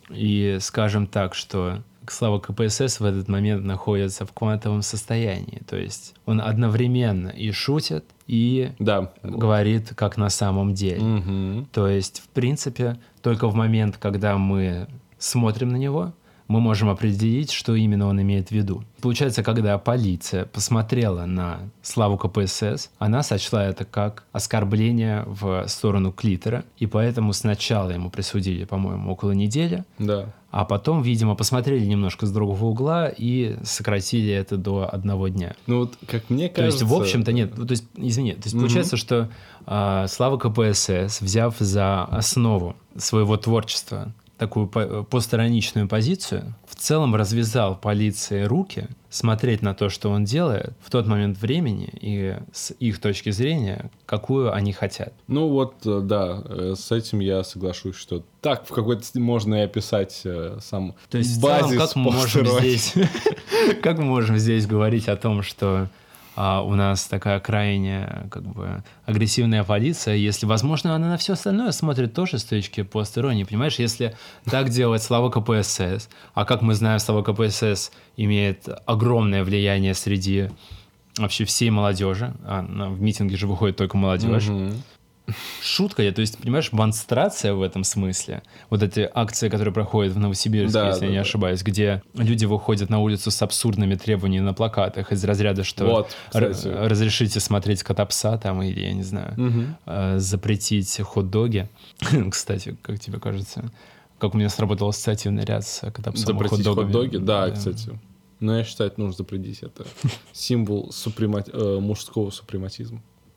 и скажем так, что Слава КПСС в этот момент находится в квантовом состоянии, то есть он одновременно и шутит, и Да. говорит, как на самом деле. Угу. То есть, в принципе, только в момент, когда мы смотрим на него, мы можем определить, что именно он имеет в виду. Получается, когда полиция посмотрела на Славу КПСС, она сочла это как оскорбление в сторону клитора, и поэтому сначала ему присудили, по-моему, около недели, Да. а потом, видимо, посмотрели немножко с другого угла и сократили это до одного дня. Ну вот, как мне То кажется... есть, в общем-то, нет, ну, то есть, извини, то есть, Мгм. получается, что а, Слава КПСС, взяв за основу своего творчества такую по- постироничную позицию, в целом развязал полиции руки смотреть на то, что он делает в тот момент времени и с их точки зрения, какую они хотят. Ну вот, э, да, э, с этим я соглашусь, что так в какой-то степени можно и описать э, сам То есть, в целом, базис как мы можем постиронии. здесь, как мы можем здесь говорить о том, что а, у нас такая крайне как бы агрессивная полиция, если, возможно, она на все остальное смотрит тоже с точки постиронии, понимаешь? Если так делает Слава КПСС, а как мы знаем, Слава КПСС имеет огромное влияние среди вообще всей молодежи, а на- в митинги же выходит только молодежь. Мгм. Шутка, я, то есть, понимаешь, монстрация в этом смысле. Вот эти акции, которые проходят в Новосибирске, Да, если да, я не да. ошибаюсь, где люди выходят на улицу с абсурдными требованиями на плакатах из разряда, что Вот, р- кстати. разрешите смотреть «Кота-пса» там, или, я не знаю, Мгм. э, запретить хот-доги. Кстати, как тебе кажется, как у меня сработал ассоциативный ряд с «Кота-псом» и Запретить хот-догами? хот-доги? Да, кстати. Но я считаю, это нужно запретить. Это символ супрема- э, мужского супрематизма.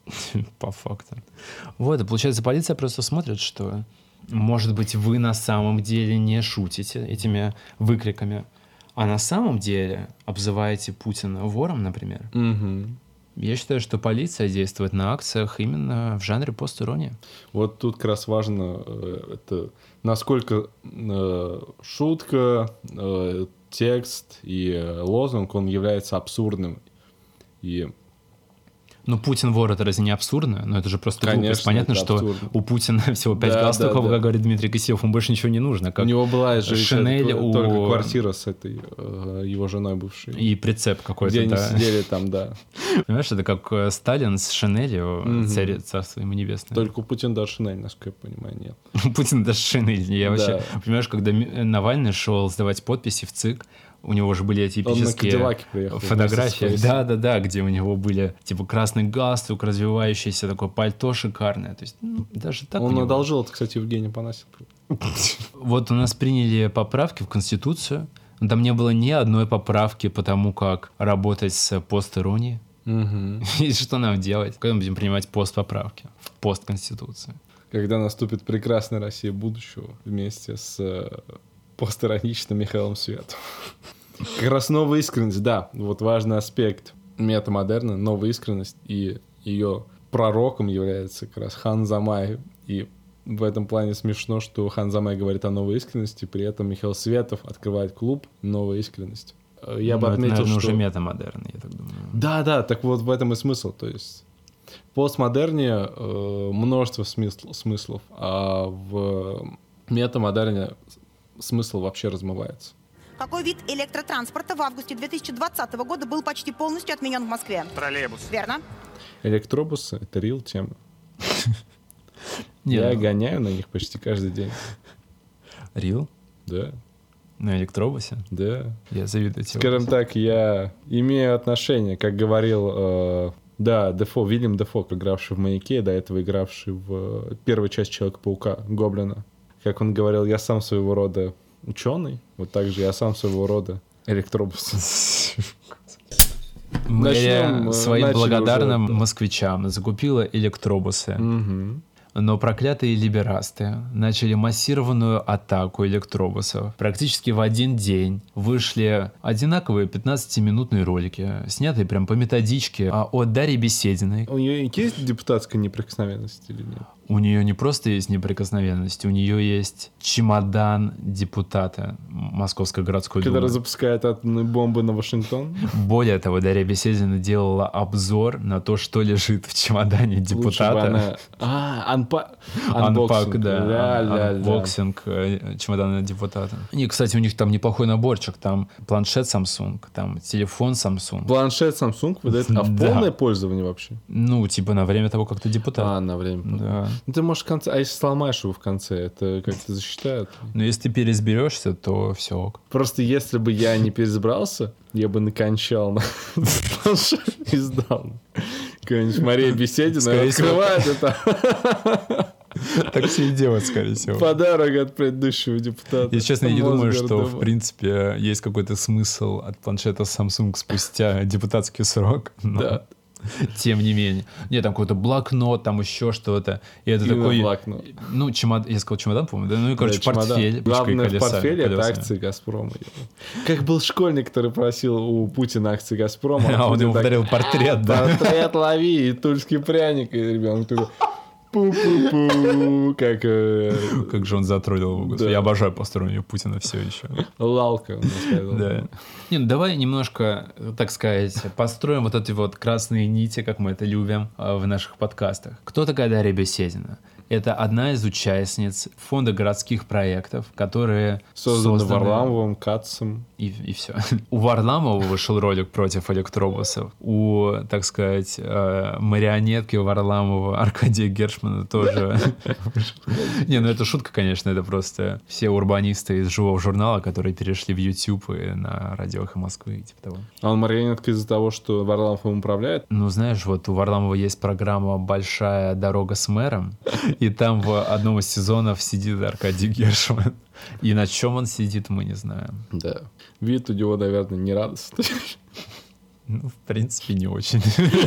По факту. Вот, и получается, полиция просто смотрит, что, может быть, вы на самом деле не шутите этими выкриками, а на самом деле обзываете Путина вором, например. Мгм. Я считаю, что полиция действует на акциях именно в жанре постиронии. Вот тут как раз важно, э, это насколько э, шутка, э, текст и э, лозунг, он является абсурдным. И Ну, Путин вор, это разве не абсурдно? Но это же просто Конечно, глупость. Понятно, это что абсурдно. у Путина всего пять Да, галстуков, да, да. как говорит Дмитрий Кисельов, ему больше ничего не нужно. Как у него была же Шинель еще у- только квартира с этой э, его женой бывшей. и прицеп какой-то, где они да. сидели там, да. Понимаешь, это как э, Сталин с Шинелью, Мгм. царь, царство ему небесное. Только у Путина даже Шинель, насколько я понимаю, нет. Путин даже Шинель. Я вообще, Да. понимаешь, когда Ми- Навальный шел сдавать подписи в ЦИК, у него же были эти Он на эпические Кадиллаке приехал. фотографии. вместе с Да, да, да, где у него были типа красный галстук, развивающееся такое пальто шикарное. То есть ну, даже так у Он него. одолжил это, кстати, Евгению Панасенко. Вот у нас приняли поправки в Конституцию, но там не было ни одной поправки по тому, как работать с пост-иронией. Мгм. И что нам делать? Когда мы будем принимать пост-поправки в пост-конституцию? Когда наступит прекрасная Россия будущего вместе с э, постироничным Михаилом Световым. Как раз новая искренность, да, вот важный аспект метамодерна, новая искренность, и ее пророком является как раз Хан Замай. И в этом плане смешно, что Хан Замай говорит о новой искренности, при этом Михаил Светов открывает клуб «Новая искренность». Э, Я Ну, бы это, отметил, наверное, что... уже метамодерн, я так думаю. Да, да, так вот в этом и смысл. То есть в постмодерне э, множество смысл, смыслов, а в метамодерне смысл вообще размывается. Какой вид электротранспорта в августе две тысячи двадцатого года был почти полностью отменен в Москве? Троллейбус. Верно. Электробусы — это рил тема. Не, Я ну, гоняю на них почти каждый день. Рил? Да, На электробусе? да. Я завидую тебе. Скажем так, я имею отношение, как говорил, э, да, Дефо, Вильям Дефо, игравший в «Маяке», до этого игравший в э, первой части «Человека-паука», Гоблина. Как он говорил, я сам своего рода ученый, вот так же я сам своего рода электробус. Мэрия Начнем, э, своим начали благодарным уже. москвичам закупила электробусы. Мгм. Но проклятые либерасты начали массированную атаку электробусов. Практически в один день вышли одинаковые пятнадцатиминутные ролики, снятые прям по методичке а, от Дарьи Бесединой. У нее есть депутатская неприкосновенность или нет? У нее не просто есть неприкосновенность, у нее есть чемодан депутата Московской городской думы. Который запускает атомные бомбы на Вашингтон. Более того, Дарья Беседина делала обзор на то, что лежит в чемодане депутата. Она... А, анпа... анпак, да. Анбоксинг чемодана депутата. И, кстати, у них там неплохой наборчик. Там планшет Samsung, там телефон Samsung. Планшет Samsung выдает, а в полное пользование вообще? Ну, типа на время того, как ты депутат. А, на время. Да. Ну, ты можешь в конце... А если сломаешь его в конце, это как-то засчитают? Ну, если ты переизберешься, то все ок. Просто если бы я не переизбрался, я бы накончал на планшет и сдал. Какая-нибудь Мария Беседина открывает это. Так все и делают, скорее всего. Подарок от предыдущего депутата. Если честно, я не думаю, что, в принципе, есть какой-то смысл от планшета Samsung спустя депутатский срок. Да. Тем не менее. Нет, там какой-то блокнот, там еще что-то. И это Именно такой... блокнот. Ну, чемодан, я сказал чемодан, по-моему, да? Ну и, короче, да, портфель. Главное колеса, в портфеле — это колесами. акции «Газпрома». Как был школьник, который просил у Путина акции «Газпрома». А он ему подарил портрет, да? Портрет лови и тульский пряник. И ребенок такой... Пу-пу-пу, как... Э... Как же он затроллил его. Да. Я обожаю постороннего Путина все еще. Лалка, он сказал. Да. Не, ну давай немножко, так сказать, построим вот эти вот красные нити, как мы это любим в наших подкастах. Кто такая Дарья Беседина? Это одна из участниц фонда городских проектов, которые созданы, созданы... Варламовым, Кацем. И, и все. У Варламова вышел ролик против электробусов. У, так сказать, марионетки Варламова Аркадия Гершмана тоже. Не, ну это шутка, конечно, это просто все урбанисты из живого журнала, которые перешли в YouTube и на радио «Эхо Москвы» и типа того. А он марионетка из-за того, что Варламов им управляет? Ну, знаешь, вот у Варламова есть программа «Большая дорога с мэром», и там в одном из сезонов сидит Аркадий Гершман. И на чем он сидит, мы не знаем. Да. Вид у него, наверное, не радостный. Ну, в принципе, не очень.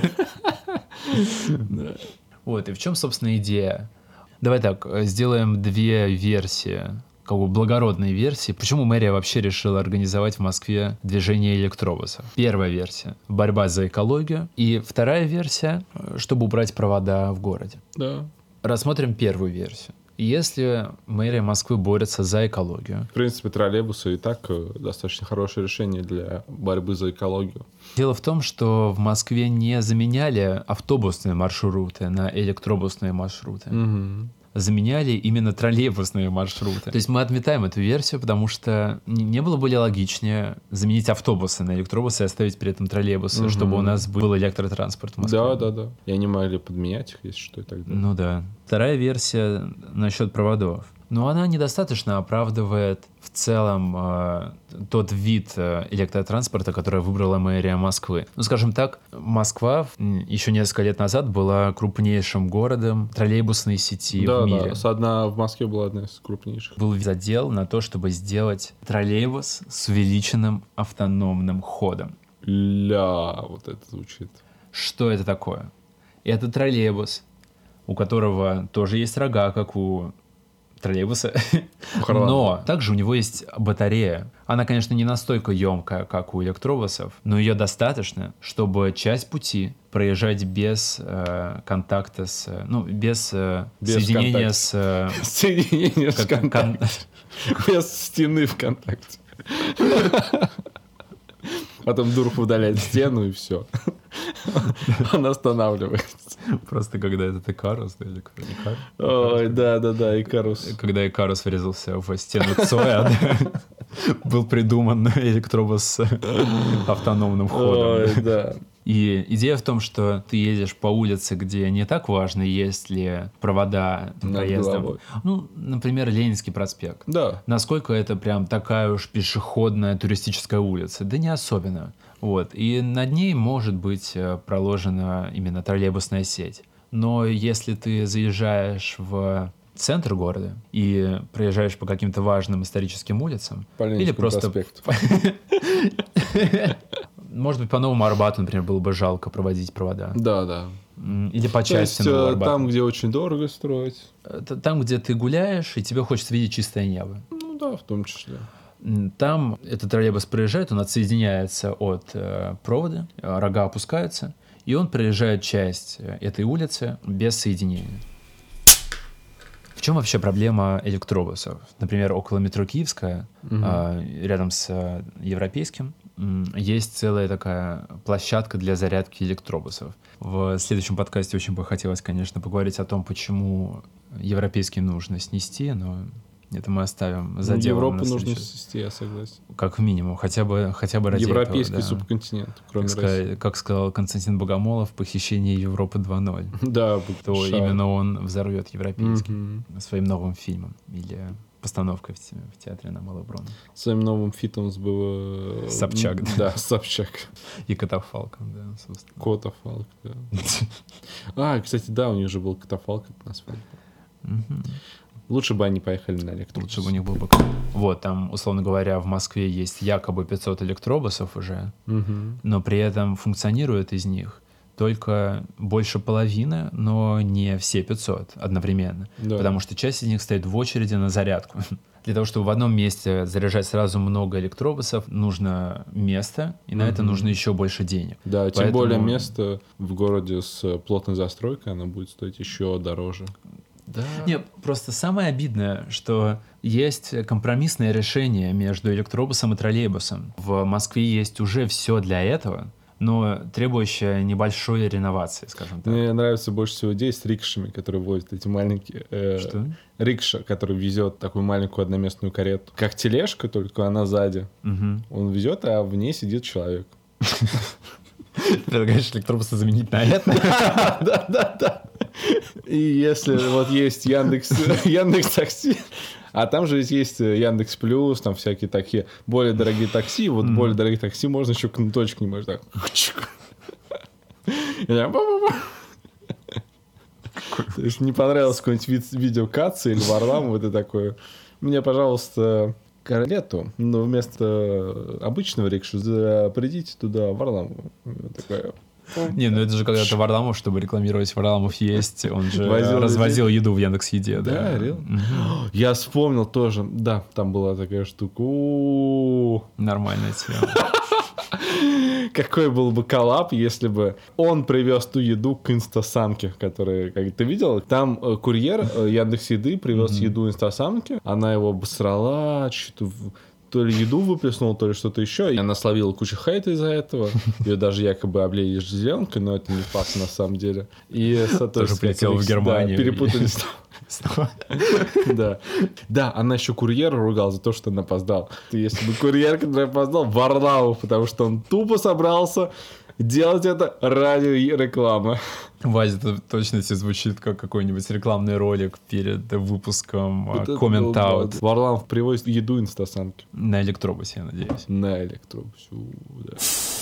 Вот, и в чем, собственно, идея? Давай так, сделаем две версии, как бы благородные версии. Почему мэрия вообще решила организовать в Москве движение электробусов? Первая версия — борьба за экологию. И вторая версия — чтобы убрать провода в городе. Да. Рассмотрим первую версию. Если мэрия Москвы борется за экологию... В принципе, троллейбусы и так достаточно хорошее решение для борьбы за экологию. Дело в том, что в Москве не заменяли автобусные маршруты на электробусные маршруты. Угу. Заменяли именно троллейбусные маршруты. То есть мы отметаем эту версию, потому что не было более логичнее заменить автобусы на электробусы и оставить при этом троллейбусы, угу. чтобы у нас был электротранспорт в Москве. Да, да, да. И они могли подменять их, если что, и так далее. Ну да. Вторая версия насчет проводов. Но она недостаточно оправдывает в целом э, тот вид э, электротранспорта, который выбрала мэрия Москвы. Ну, скажем так, Москва еще несколько лет назад была крупнейшим городом троллейбусной сети да, в мире. Да, одна в Москве была одна из крупнейших. Был задел на то, чтобы сделать троллейбус с увеличенным автономным ходом. Ля, вот это звучит. Что это такое? Это троллейбус, у которого тоже есть рога, как у троллейбуса, но также у него есть батарея. Она, конечно, не настолько емкая, как у электробусов, но ее достаточно, чтобы часть пути проезжать без э, контакта с... Ну, без, э, без соединения с... Э, соединения с контактом. Без стены ВКонтакте. Потом Дуров удаляет стену, и все. Он останавливается. Просто когда этот Икарус, да, или кто? Икар? Ой, да-да-да, Икарус. Когда Икарус врезался в стену Цоя, был придуман электробус с автономным ходом. Ой, да. И идея в том, что ты едешь по улице, где не так важно, есть ли провода проезда. Ну, например, Ленинский проспект. Да. Насколько это прям такая уж пешеходная туристическая улица? Да не особенно. Вот. И над ней может быть проложена именно троллейбусная сеть. Но если ты заезжаешь в центр города и проезжаешь по каким-то важным историческим улицам, или просто... Может быть, по Новому Арбату, например, было бы жалко проводить провода. Да, да. Или по части Нового Арбата. Там, где очень дорого строить. Там, где ты гуляешь, и тебе хочется видеть чистое небо. Ну да, в том числе. Там этот троллейбус проезжает, он отсоединяется от э, провода, рога опускаются, и он проезжает часть этой улицы без соединения. В чем вообще проблема электробусов? Например, около метро Киевская, угу. а, рядом с а, Европейским, есть целая такая площадка для зарядки электробусов. В следующем подкасте очень бы хотелось, конечно, поговорить о том, почему Европейский нужно снести, но это мы оставим за ну, делом. Европу нужно снести, я согласен. Как минимум, хотя бы, хотя бы ради Европейский этого, да. субконтинент, кроме как России. Сказать, как сказал Константин Богомолов, похищение Европы два ноль. Да, то шар. Именно он взорвет Европейский mm-hmm. своим новым фильмом или постановкой в, те, в театре на Малоброн. Своим новым фитом с было... Собчак. Да, Собчак. И Катафалком, да, собственно. Котафалк, да. А, кстати, да, у них же был Катафалк на свадьбе. Лучше бы они поехали на электробус. Лучше бы у них был бы... Вот, там, условно говоря, в Москве есть якобы пятьсот электробусов уже, но при этом функционирует из них только больше половины, но не все пятьсот одновременно. Да. Потому что часть из них стоит в очереди на зарядку. Для того, чтобы в одном месте заряжать сразу много электробусов, нужно место, и на mm-hmm. это нужно еще больше денег. Да, Поэтому... тем более место в городе с плотной застройкой, оно будет стоить еще дороже. Да. Нет, просто самое обидное, что есть компромиссное решение между электробусом и троллейбусом. В Москве есть уже все для этого, но требующая небольшой реновации, скажем так. Мне нравится больше всего идея с рикшами, которые возят эти маленькие... Э, Что? Рикша, который везет такую маленькую одноместную карету. Как тележка, только она сзади. Угу. Он везет, а в ней сидит человек. Ты предлагаешь электробусы заменить на это? Да, да, да. И если вот есть Яндекс, Яндекс Такси, а там же есть Яндекс Плюс, там всякие такие более дорогие такси, вот mm-hmm. более дорогие такси можно еще кнуточек не можешь так. То есть не понравилось какое-нибудь видео Каца или Варламова, это такое. Мне, пожалуйста, карету, но вместо обычного рикшу придите туда Варламову. Такая... Не, ну это же когда-то Варламов, чтобы рекламировать Варламов есть, он же Возил развозил людей. Еду в Яндекс.Еде. Да, да. Угу. Я вспомнил тоже, да, там была такая штука. У-у-у. Нормальная тема. Какой был бы коллаб, если бы он привез ту еду к инстасамке, которая, как ты видел, там курьер Яндекс.Еды привез mm-hmm. еду инстасамке, она его обосрала, что-то... то ли еду выплеснула, то ли что-то еще. И она словила кучу хейта из-за этого. Ее даже якобы облили зеленкой, но это не факт на самом деле. И тоже прилетела в Германию. Да, перепутались. Да. Да, она еще курьера ругала за то, что он опоздал. Если бы курьер, который опоздал, Варламов, потому что он тупо собрался делать это ради рекламы. Вася, это точно тебе звучит как какой-нибудь рекламный ролик перед выпуском Comment Out. Варламов привозит еду инстасамки. На электробусе, я надеюсь. На электробусе, да.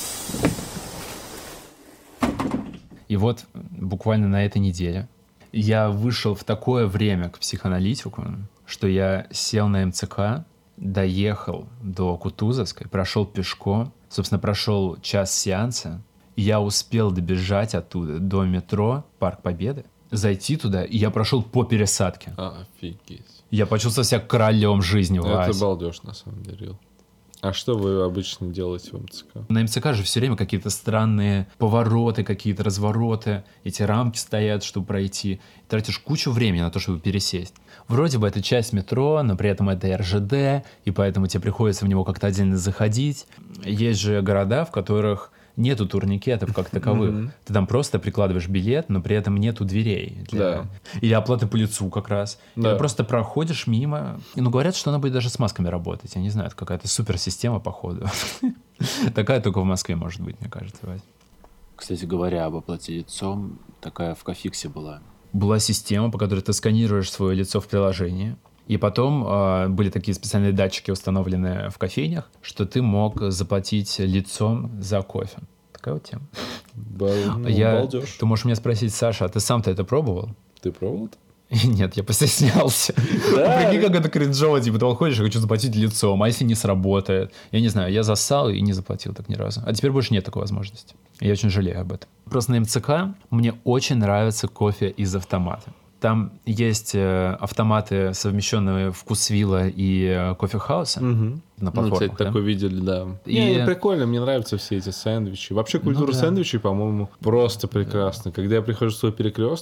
И вот буквально на этой неделе я вышел в такое время к психоаналитику, что я сел на эм цэ ка, доехал до Кутузовской, прошел пешком, собственно, прошел час сеанса, и я успел добежать оттуда до метро Парк Победы, зайти туда, и я прошел по пересадке. Офигеть. Я почувствовал себя королем жизни, Вася. Это балдеж, на самом деле. А что вы обычно делаете в эм цэ ка? На эм цэ ка же все время какие-то странные повороты, какие-то развороты, эти рамки стоят, чтобы пройти. Тратишь кучу времени на то, чтобы пересесть. Вроде бы это часть метро, но при этом это эр жэ дэ, и поэтому тебе приходится в него как-то отдельно заходить. Есть же города, в которых нету турникетов как таковых. Mm-hmm. Ты там просто прикладываешь билет, но при этом нету дверей. Для... Да. Или оплаты по лицу как раз. Да. Или просто проходишь мимо. И, ну, говорят, что она будет даже с масками работать. Я не знаю, это какая-то суперсистема, походу. Такая только в Москве может быть, мне кажется. Кстати говоря, об оплате лицом, такая в Кофиксе была. Была система, по которой ты сканируешь свое лицо в приложении. И потом э, были такие специальные датчики, установленные в кофейнях, что ты мог заплатить лицом за кофе. Такая вот тема. Бал, ну, я, балдеж. Ты можешь меня спросить, Саша, а ты сам-то это пробовал? Ты пробовал-то? Нет, я постеснялся. Прикинь, как это кринжово, типа, ты выходишь, я хочу заплатить лицом, а если не сработает? Я не знаю, я зассал и не заплатил так ни разу. А теперь больше нет такой возможности. Я очень жалею об этом. Просто на эм цэ ка мне очень нравится кофе из автомата. Там есть э, автоматы, совмещенные Вкусвилла и э, Кофехауса угу. на платформах. Ну, кстати, да? Такой видели, да. И... Не, прикольно, мне нравятся все эти сэндвичи. Вообще культура ну, да. сэндвичей, по-моему, просто прекрасна. Когда я прихожу в свой перекресток,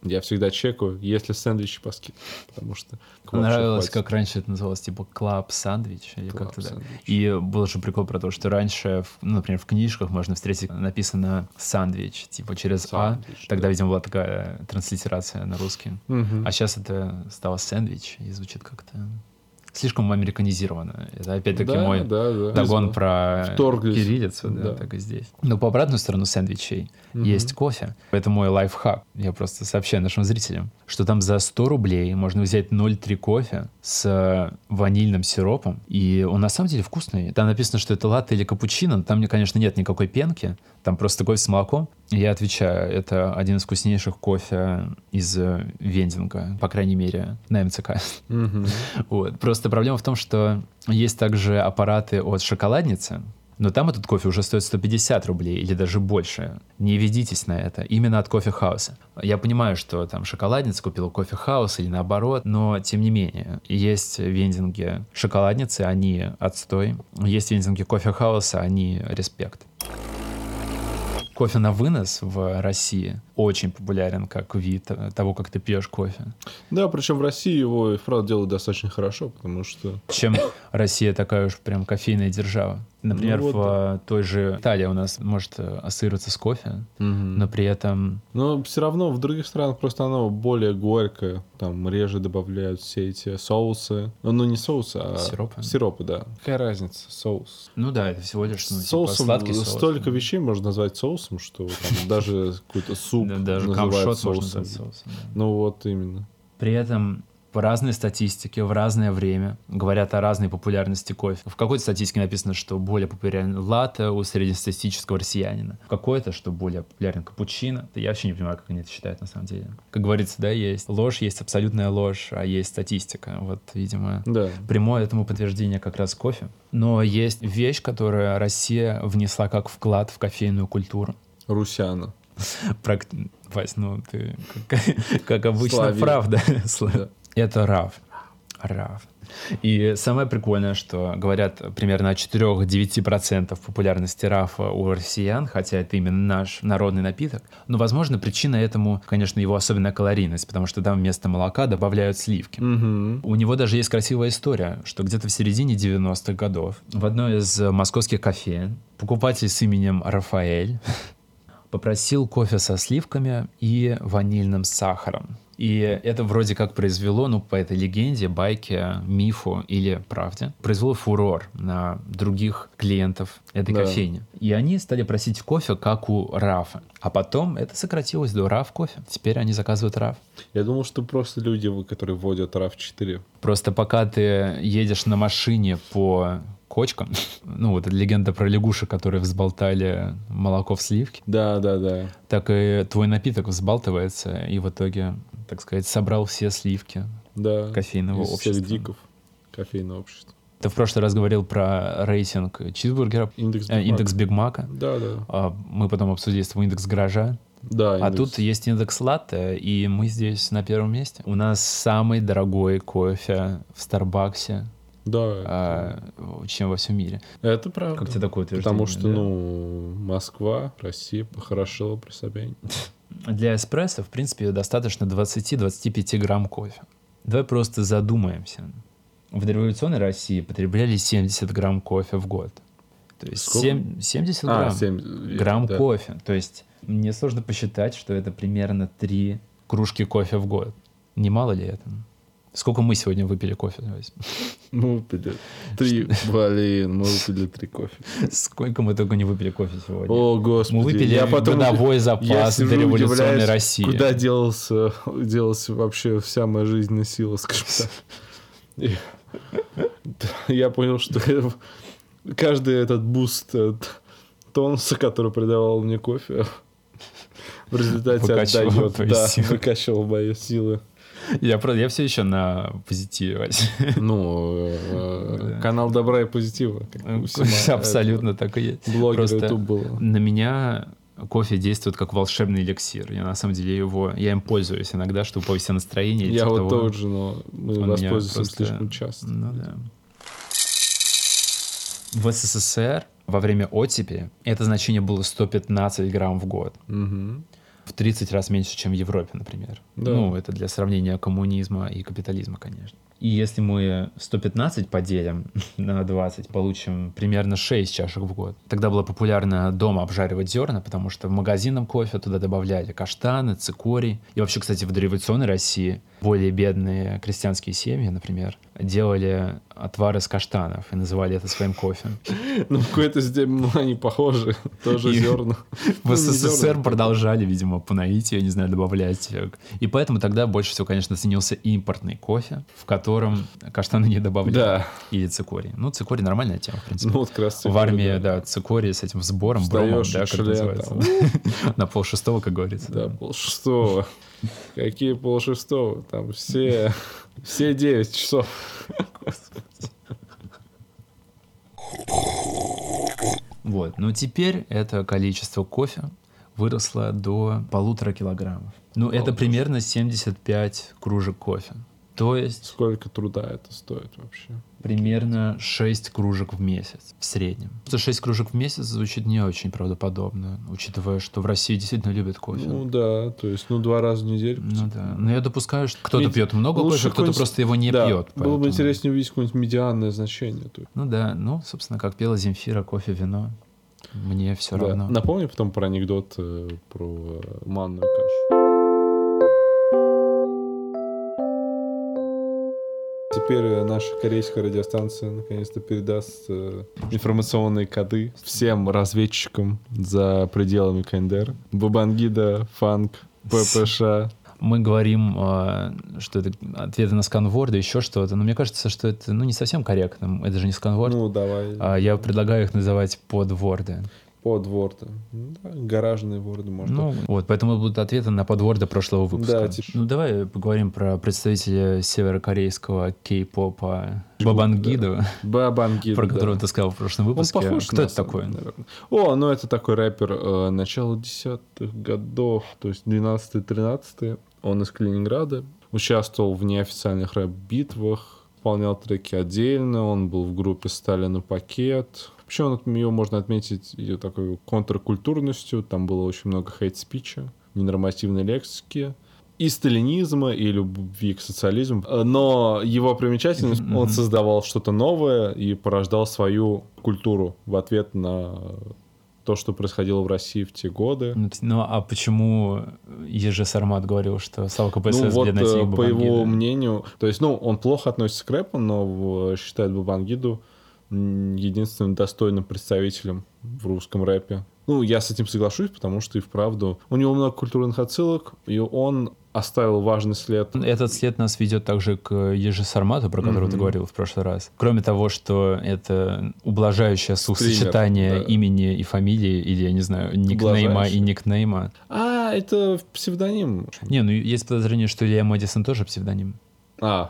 Я всегда чекаю, есть ли сэндвичи по скидке, потому что... Нравилось, как раньше это называлось, типа клаб сэндвич или Club как-то sandwich. да. И был же прикол про то, что раньше, ну, например, в книжках можно встретить написано сэндвич, типа через А. Тогда, видимо, была такая транслитерация на русский. Угу. А сейчас это стало сэндвич и звучит как-то слишком американизировано. Это опять-таки Да, мой да, да. догон про Вторглись. кириллицу, да, Да. так и здесь. Но по обратную сторону сэндвичей Мгм. есть кофе. Это мой лайфхак. Я просто сообщаю нашим зрителям, что там за сто рублей можно взять ноль целых три кофе с ванильным сиропом. И он на самом деле вкусный. Там написано, что это латте или капучино. Там, конечно, нет никакой пенки. Там просто кофе с молоком. И я отвечаю, это один из вкуснейших кофе из э, вендинга, по крайней мере, на эм цэ ка. Мгм. Вот. Просто проблема в том, что есть также аппараты от шоколадницы, но там этот кофе уже стоит сто пятьдесят рублей или даже больше. Не ведитесь на это. Именно от кофе-хауса. Я понимаю, что там шоколадница купила кофе-хаус или наоборот, но тем не менее. Есть вендинги шоколадницы, они отстой. Есть вендинги кофе-хауса, они респект. Кофе на вынос в России очень популярен как вид того, как ты пьешь кофе. Да, причем в России его и вправду делают достаточно хорошо, потому что... Чем Россия такая уж прям кофейная держава. Например, Ну вот, в той же Италии у нас может ассоциироваться с кофе, Мгм. но при этом Но все равно в других странах просто оно более горькое. Там реже добавляют все эти соусы. Ну, ну, не соусы, а Сиропы? Сиропы, да. Какая разница? Соус. ну да, это всего лишь ну, С типа, соусом сладкий соус. столько вещей можно назвать соусом, что там даже какой-то суп Да, даже называют камшот можно соусом. назвать соусом. да. Ну вот именно. При этом в разной статистике, в разное время говорят о разной популярности кофе. В какой-то статистике написано, что более популярен латте у среднестатистического россиянина. В какой-то, что более популярен капучино. Я вообще не понимаю, как они это считают на самом деле. Как говорится, да, есть ложь, есть абсолютная ложь, а есть статистика. Вот, видимо, Да. прямое этому подтверждение как раз кофе. Но есть вещь, которую Россия внесла как вклад в кофейную культуру. Русяна. Прак- Вась, ну ты как, как обычно Славил. прав, да? Слав- Да. Это рав. Рав. И самое прикольное, что говорят примерно о четыре-девять процентов популярности рафа у россиян, хотя это именно наш народный напиток. Но, возможно, причина этому, конечно, его особенная калорийность, потому что там вместо молока добавляют сливки. Мгм. У него даже есть красивая история, что где-то в середине девяностых годов в одной из московских кофеен покупатель с именем Рафаэль попросил кофе со сливками и ванильным сахаром. И это вроде как произвело, ну, по этой легенде, байке, мифу или правде, произвело фурор на других клиентов этой Да. кофейни. И они стали просить кофе, как у Рафа. А потом это сократилось до Раф кофе. Теперь они заказывают Раф. Я думал, что просто люди, которые вводят рав четыре. Просто пока ты едешь на машине по кочкам, ну вот эта легенда про лягушек, которые взболтали молоко в сливки, Да, да, да. так и твой напиток взбалтывается, и в итоге, так сказать, собрал все сливки Да. кофейного Из общества. всех диков кофейного общества. Ты в прошлый раз говорил про рейтинг чизбургера, Индекс э, Биг индекс Мака. Биг Мака. Да, да. А мы потом обсудили с тобой индекс гаража. Да, А индекс. тут есть индекс латте, и мы здесь на первом месте. У нас самый дорогой кофе в Старбаксе, Да. а, чем во всем мире. Это правда. Как тебе такое утверждение? Потому что, да? ну, Москва, Россия похорошела при себе. Для эспрессо, в принципе, достаточно двадцать-двадцать пять грамм кофе. Давай просто задумаемся. В дореволюционной России потребляли семьдесят грамм кофе в год. То есть Сколько? семь- семьдесят А, грамм, семь грамм да. кофе. То есть мне сложно посчитать, что это примерно три кружки кофе в год. Не мало ли это? Сколько мы сегодня выпили кофе? Вась? Мы выпили три, блин, мы выпили три кофе. Сколько мы только не выпили кофе сегодня? О, господи. Мы выпили я потом годовой я запас сижу, дореволюционной удивляюсь, России. Куда делался, делась вообще вся моя жизненная сила, скажем так. И я понял, что каждый этот буст э, тонуса, который придавал мне кофе, в результате Выкачивал отдает, твои да, силы. выкачивал мои силы. Я, правда, я все еще на позитиве, Вась. Ну, э, канал добра и позитива. как у всего. Абсолютно так и есть. Блогер Просто YouTube был. на меня кофе действует как волшебный эликсир. Я на самом деле его, я им пользуюсь иногда, чтобы повысить настроение. или Я типа вот того. тот же, но мы Он меня воспользуемся просто- слишком часто. Ну да. В СССР во время оттепели это значение было сто пятнадцать грамм в год. Мгм. в тридцать раз меньше, чем в Европе, например. Да. Ну, это для сравнения коммунизма и капитализма, конечно. И если мы сто пятнадцать поделим на двадцать, получим примерно шесть чашек в год. Тогда было популярно дома обжаривать зерна, потому что в магазинном кофе туда добавляли каштаны, цикорий. И вообще, кстати, в дореволюционной России более бедные крестьянские семьи, например, делали отвар из каштанов и называли это своим кофе. Ну, в какой-то степени они похожи, тоже И зерна. В СССР продолжали, видимо, по наитию, не знаю, добавлять. И поэтому тогда больше всего, конечно, ценился импортный кофе, в котором каштаны не добавляли. Да. Или цикорий. Ну, цикорий нормальная тема, в принципе. Ну, вот как раз В армии, цикорий, да, цикорий с этим сбором, бромом, Встаешь да, и как это шлем называется. На полшестого, как говорится. Да, полшестого. Какие полшестого? Там все, все девять часов. Вот. Но теперь это количество кофе выросло до полутора килограммов. Ну, это примерно семьдесят пять кружек кофе. То есть Сколько труда это стоит вообще? примерно шесть кружек в месяц в среднем. Просто шесть кружек в месяц звучит не очень правдоподобно, учитывая, что в России действительно любят кофе. Ну да, то есть, ну, два раза в неделю. Ну да. Но я допускаю, что кто-то Ведь пьет много лучше кофе, кто-то какой-нибудь- просто его не Да, пьет. Было бы поэтому- интереснее увидеть какое-нибудь медианное значение. То есть. Ну да, ну, собственно, как пела Земфира, кофе, вино. Мне все Да. равно. Напомни потом про анекдот э, про э, манную кашу. Теперь э, наша корейская радиостанция наконец-то передаст э, информационные коды всем разведчикам за пределами КНДР. Бабангида, фанк, ППШ. Мы говорим, э, что это ответы на сканворды, еще что-то, но мне кажется, что это ну, не совсем корректно. Это же не сканворд. Ну, давай. А я предлагаю их называть подворды. Подворды. Ну, да, гаражные ворды, можно. Ну, вот, поэтому будут ответы на подворды прошлого выпуска. Да, типа- Ну, давай поговорим про представителя северокорейского кей-попа Бабангиду, Бабангида, про да. которого ты сказал в прошлом Он выпуске. похож Кто на это самом такой? деле, наверное. О, ну это такой рэпер э, начала десятых годов, то есть двенадцатые-тринадцатые. Он из Калининграда. Участвовал в неофициальных рэп-битвах, исполнял треки отдельно. Он был в группе «Сталин и пакет». Вообще он, ее можно отметить ее такой контркультурностью. Там было очень много хейт-спича, ненормативной лексики. И сталинизма, и любви к социализму. Но его примечательность, Mm-hmm. он создавал что-то новое и порождал свою культуру в ответ на то, что происходило в России в те годы. Ну, т- Ну, а почему Ежи Сармат говорил, что Слава КПСС Ну вот, для найти э, их по его Бабангида? мнению, то есть, ну, он плохо относится к рэпу, но в- считает Бабангиду м, единственным достойным представителем в русском рэпе. Ну, я с этим соглашусь, потому что и вправду у него много культурных отсылок, и он оставил важный след. Этот след нас ведет также к Ежи Сармату, про которого Мгм. ты говорил в прошлый раз. Кроме того, что это ублажающее словосочетание да. имени и фамилии, или, я не знаю, никнейма Ублажающее. и никнейма. А, это псевдоним. Не, ну есть подозрение, что Илья Мэдисон тоже псевдоним. А,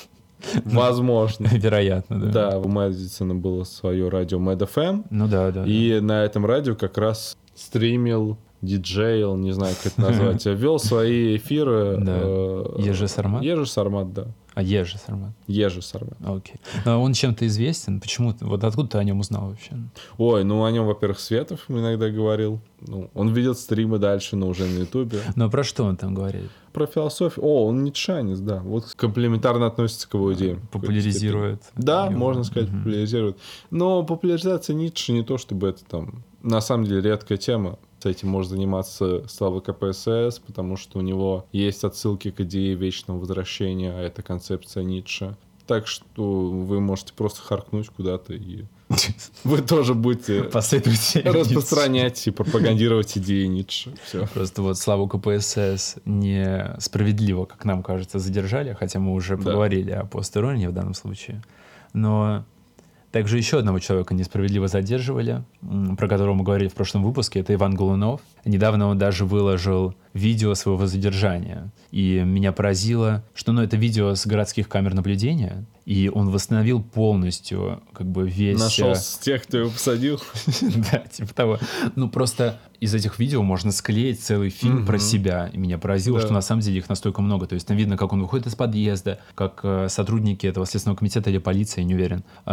возможно. Вероятно, да. Да, у Мэдисона было свое радио Мэд эф эм, Ну да, да. и на этом радио как раз стримил, диджейл, не знаю, как это назвать, вел свои эфиры. Да. э, Ежи Сармат? Ежи Сармат, да. А Ежи Сармат. Ежи Сармат. Окей. Но он чем-то известен? Почему? ты- Вот откуда ты о нем узнал вообще? Ой, ну о нем, во-первых, Светов иногда говорил. Ну, он видел стримы дальше, но уже на Ютубе. Ну а про что он там говорит? Про философию. О, он ницшанец, да. Вот комплементарно относится к его идеям. Популяризирует. Да, его. можно сказать, Мгм. популяризирует. Но популяризация Ницше не то, чтобы это там... На самом деле редкая тема. С этим может заниматься Слава КПСС, потому что у него есть отсылки к идее вечного возвращения, а это концепция Ницше. Так что вы можете просто харкнуть куда-то, и вы тоже будете Последуйте. распространять и пропагандировать идеи Ницше. Все. Просто вот Славу КПСС несправедливо, как нам кажется, задержали, хотя мы уже Да. поговорили о постиронии в данном случае. Но также еще одного человека несправедливо задерживали, м, про которого мы говорили в прошлом выпуске, это Иван Голунов. Недавно он даже выложил видео своего задержания. И меня поразило, что ну, это видео с городских камер наблюдения, и он восстановил полностью как бы весь... Нашел э, с тех, кто его посадил. Да, типа того. Ну, просто из этих видео можно склеить целый фильм Мгм. про себя. И меня поразило, Да. что на самом деле их настолько много. То есть там видно, как он выходит из подъезда, как э, сотрудники этого Следственного комитета или полиции, я не уверен, а за ним следят,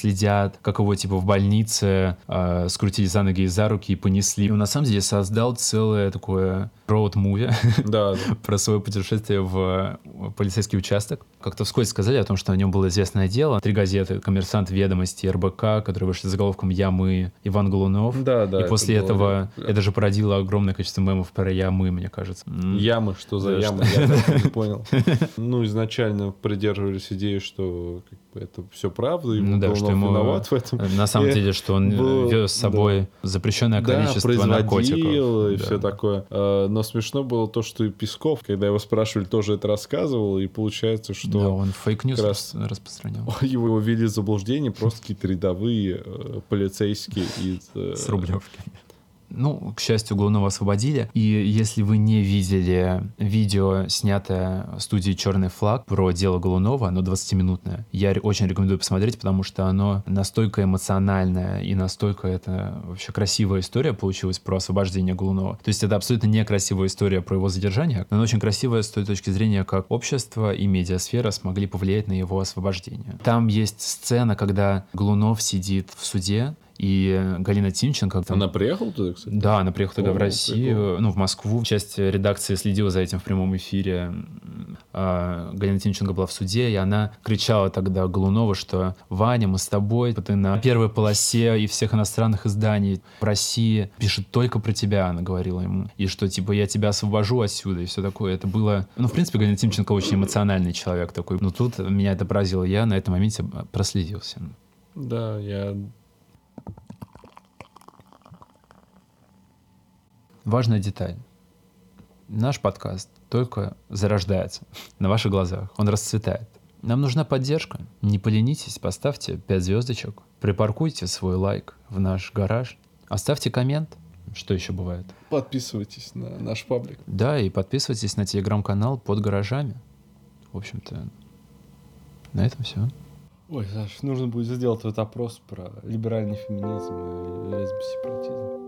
следят, как его типа в больнице э, скрутили за ноги и за руки и понесли. И он на самом деле создал целое такое роуд-муви Да, да. про свое путешествие в полицейский участок. Как-то вскользь сказали о том, что о нем было известное дело. Три газеты: «Коммерсант», «Ведомости», эр бэ ка, которые вышли с заголовком «Я, мы», Иван Голунов. Да, да. И после это этого было, это же породило огромное количество мемов про «Я, мы», мне кажется. Ямы, что за Да, ямы, что- я так и не понял. Ну, изначально придерживались идеи, что как бы, это все правда, и Ну да, Голунов что ему виноват в этом. на самом И деле, что он было- вез с собой запрещенное Да, количество производил наркотиков. и Да. все такое. А, Но смешно было то, что и Песков, когда его спрашивали, тоже это рассказывал, и получается, Да, что он фейк-ньюс как раз- распространял. его ввели в заблуждение просто какие-то рядовые э, полицейские из... э, С Рублевки. Ну, к счастью, Голунова освободили. И если вы не видели видео, снятое студией «Черный флаг» про дело Голунова, оно двадцатиминутное, я ре- очень рекомендую посмотреть, потому что оно настолько эмоциональное и настолько это вообще красивая история получилась про освобождение Голунова. То есть это абсолютно некрасивая история про его задержание, но она очень красивая с той точки зрения, как общество и медиасфера смогли повлиять на его освобождение. Там есть сцена, когда Голунов сидит в суде, и Галина Тимченко... там- Она приехала туда, кстати? Да, она приехала тогда О, в Россию, прикольно. ну, в Москву. Часть редакции следила за этим в прямом эфире. А, Галина Тимченко была в суде, и она кричала тогда Голунову, что «Ваня, мы с тобой, ты на первой полосе и всех иностранных изданий в России пишет только про тебя», она говорила ему. И что, типа, я тебя освобожу отсюда, и все такое. Это было... Ну, в принципе, Галина Тимченко очень эмоциональный человек такой. Но тут меня это поразило. Я на этом моменте проследился. Да, я... Важная деталь. Наш подкаст только зарождается на ваших глазах. Он расцветает. Нам нужна поддержка. Не поленитесь, поставьте пять звездочек, припаркуйте свой лайк в наш гараж, оставьте коммент. Что еще бывает? Подписывайтесь на наш паблик. Да, и подписывайтесь на телеграм-канал «Под гаражами». В общем-то, на этом все. Ой, Саш, нужно будет сделать вот опрос про либеральный феминизм и лесбосепаратизм.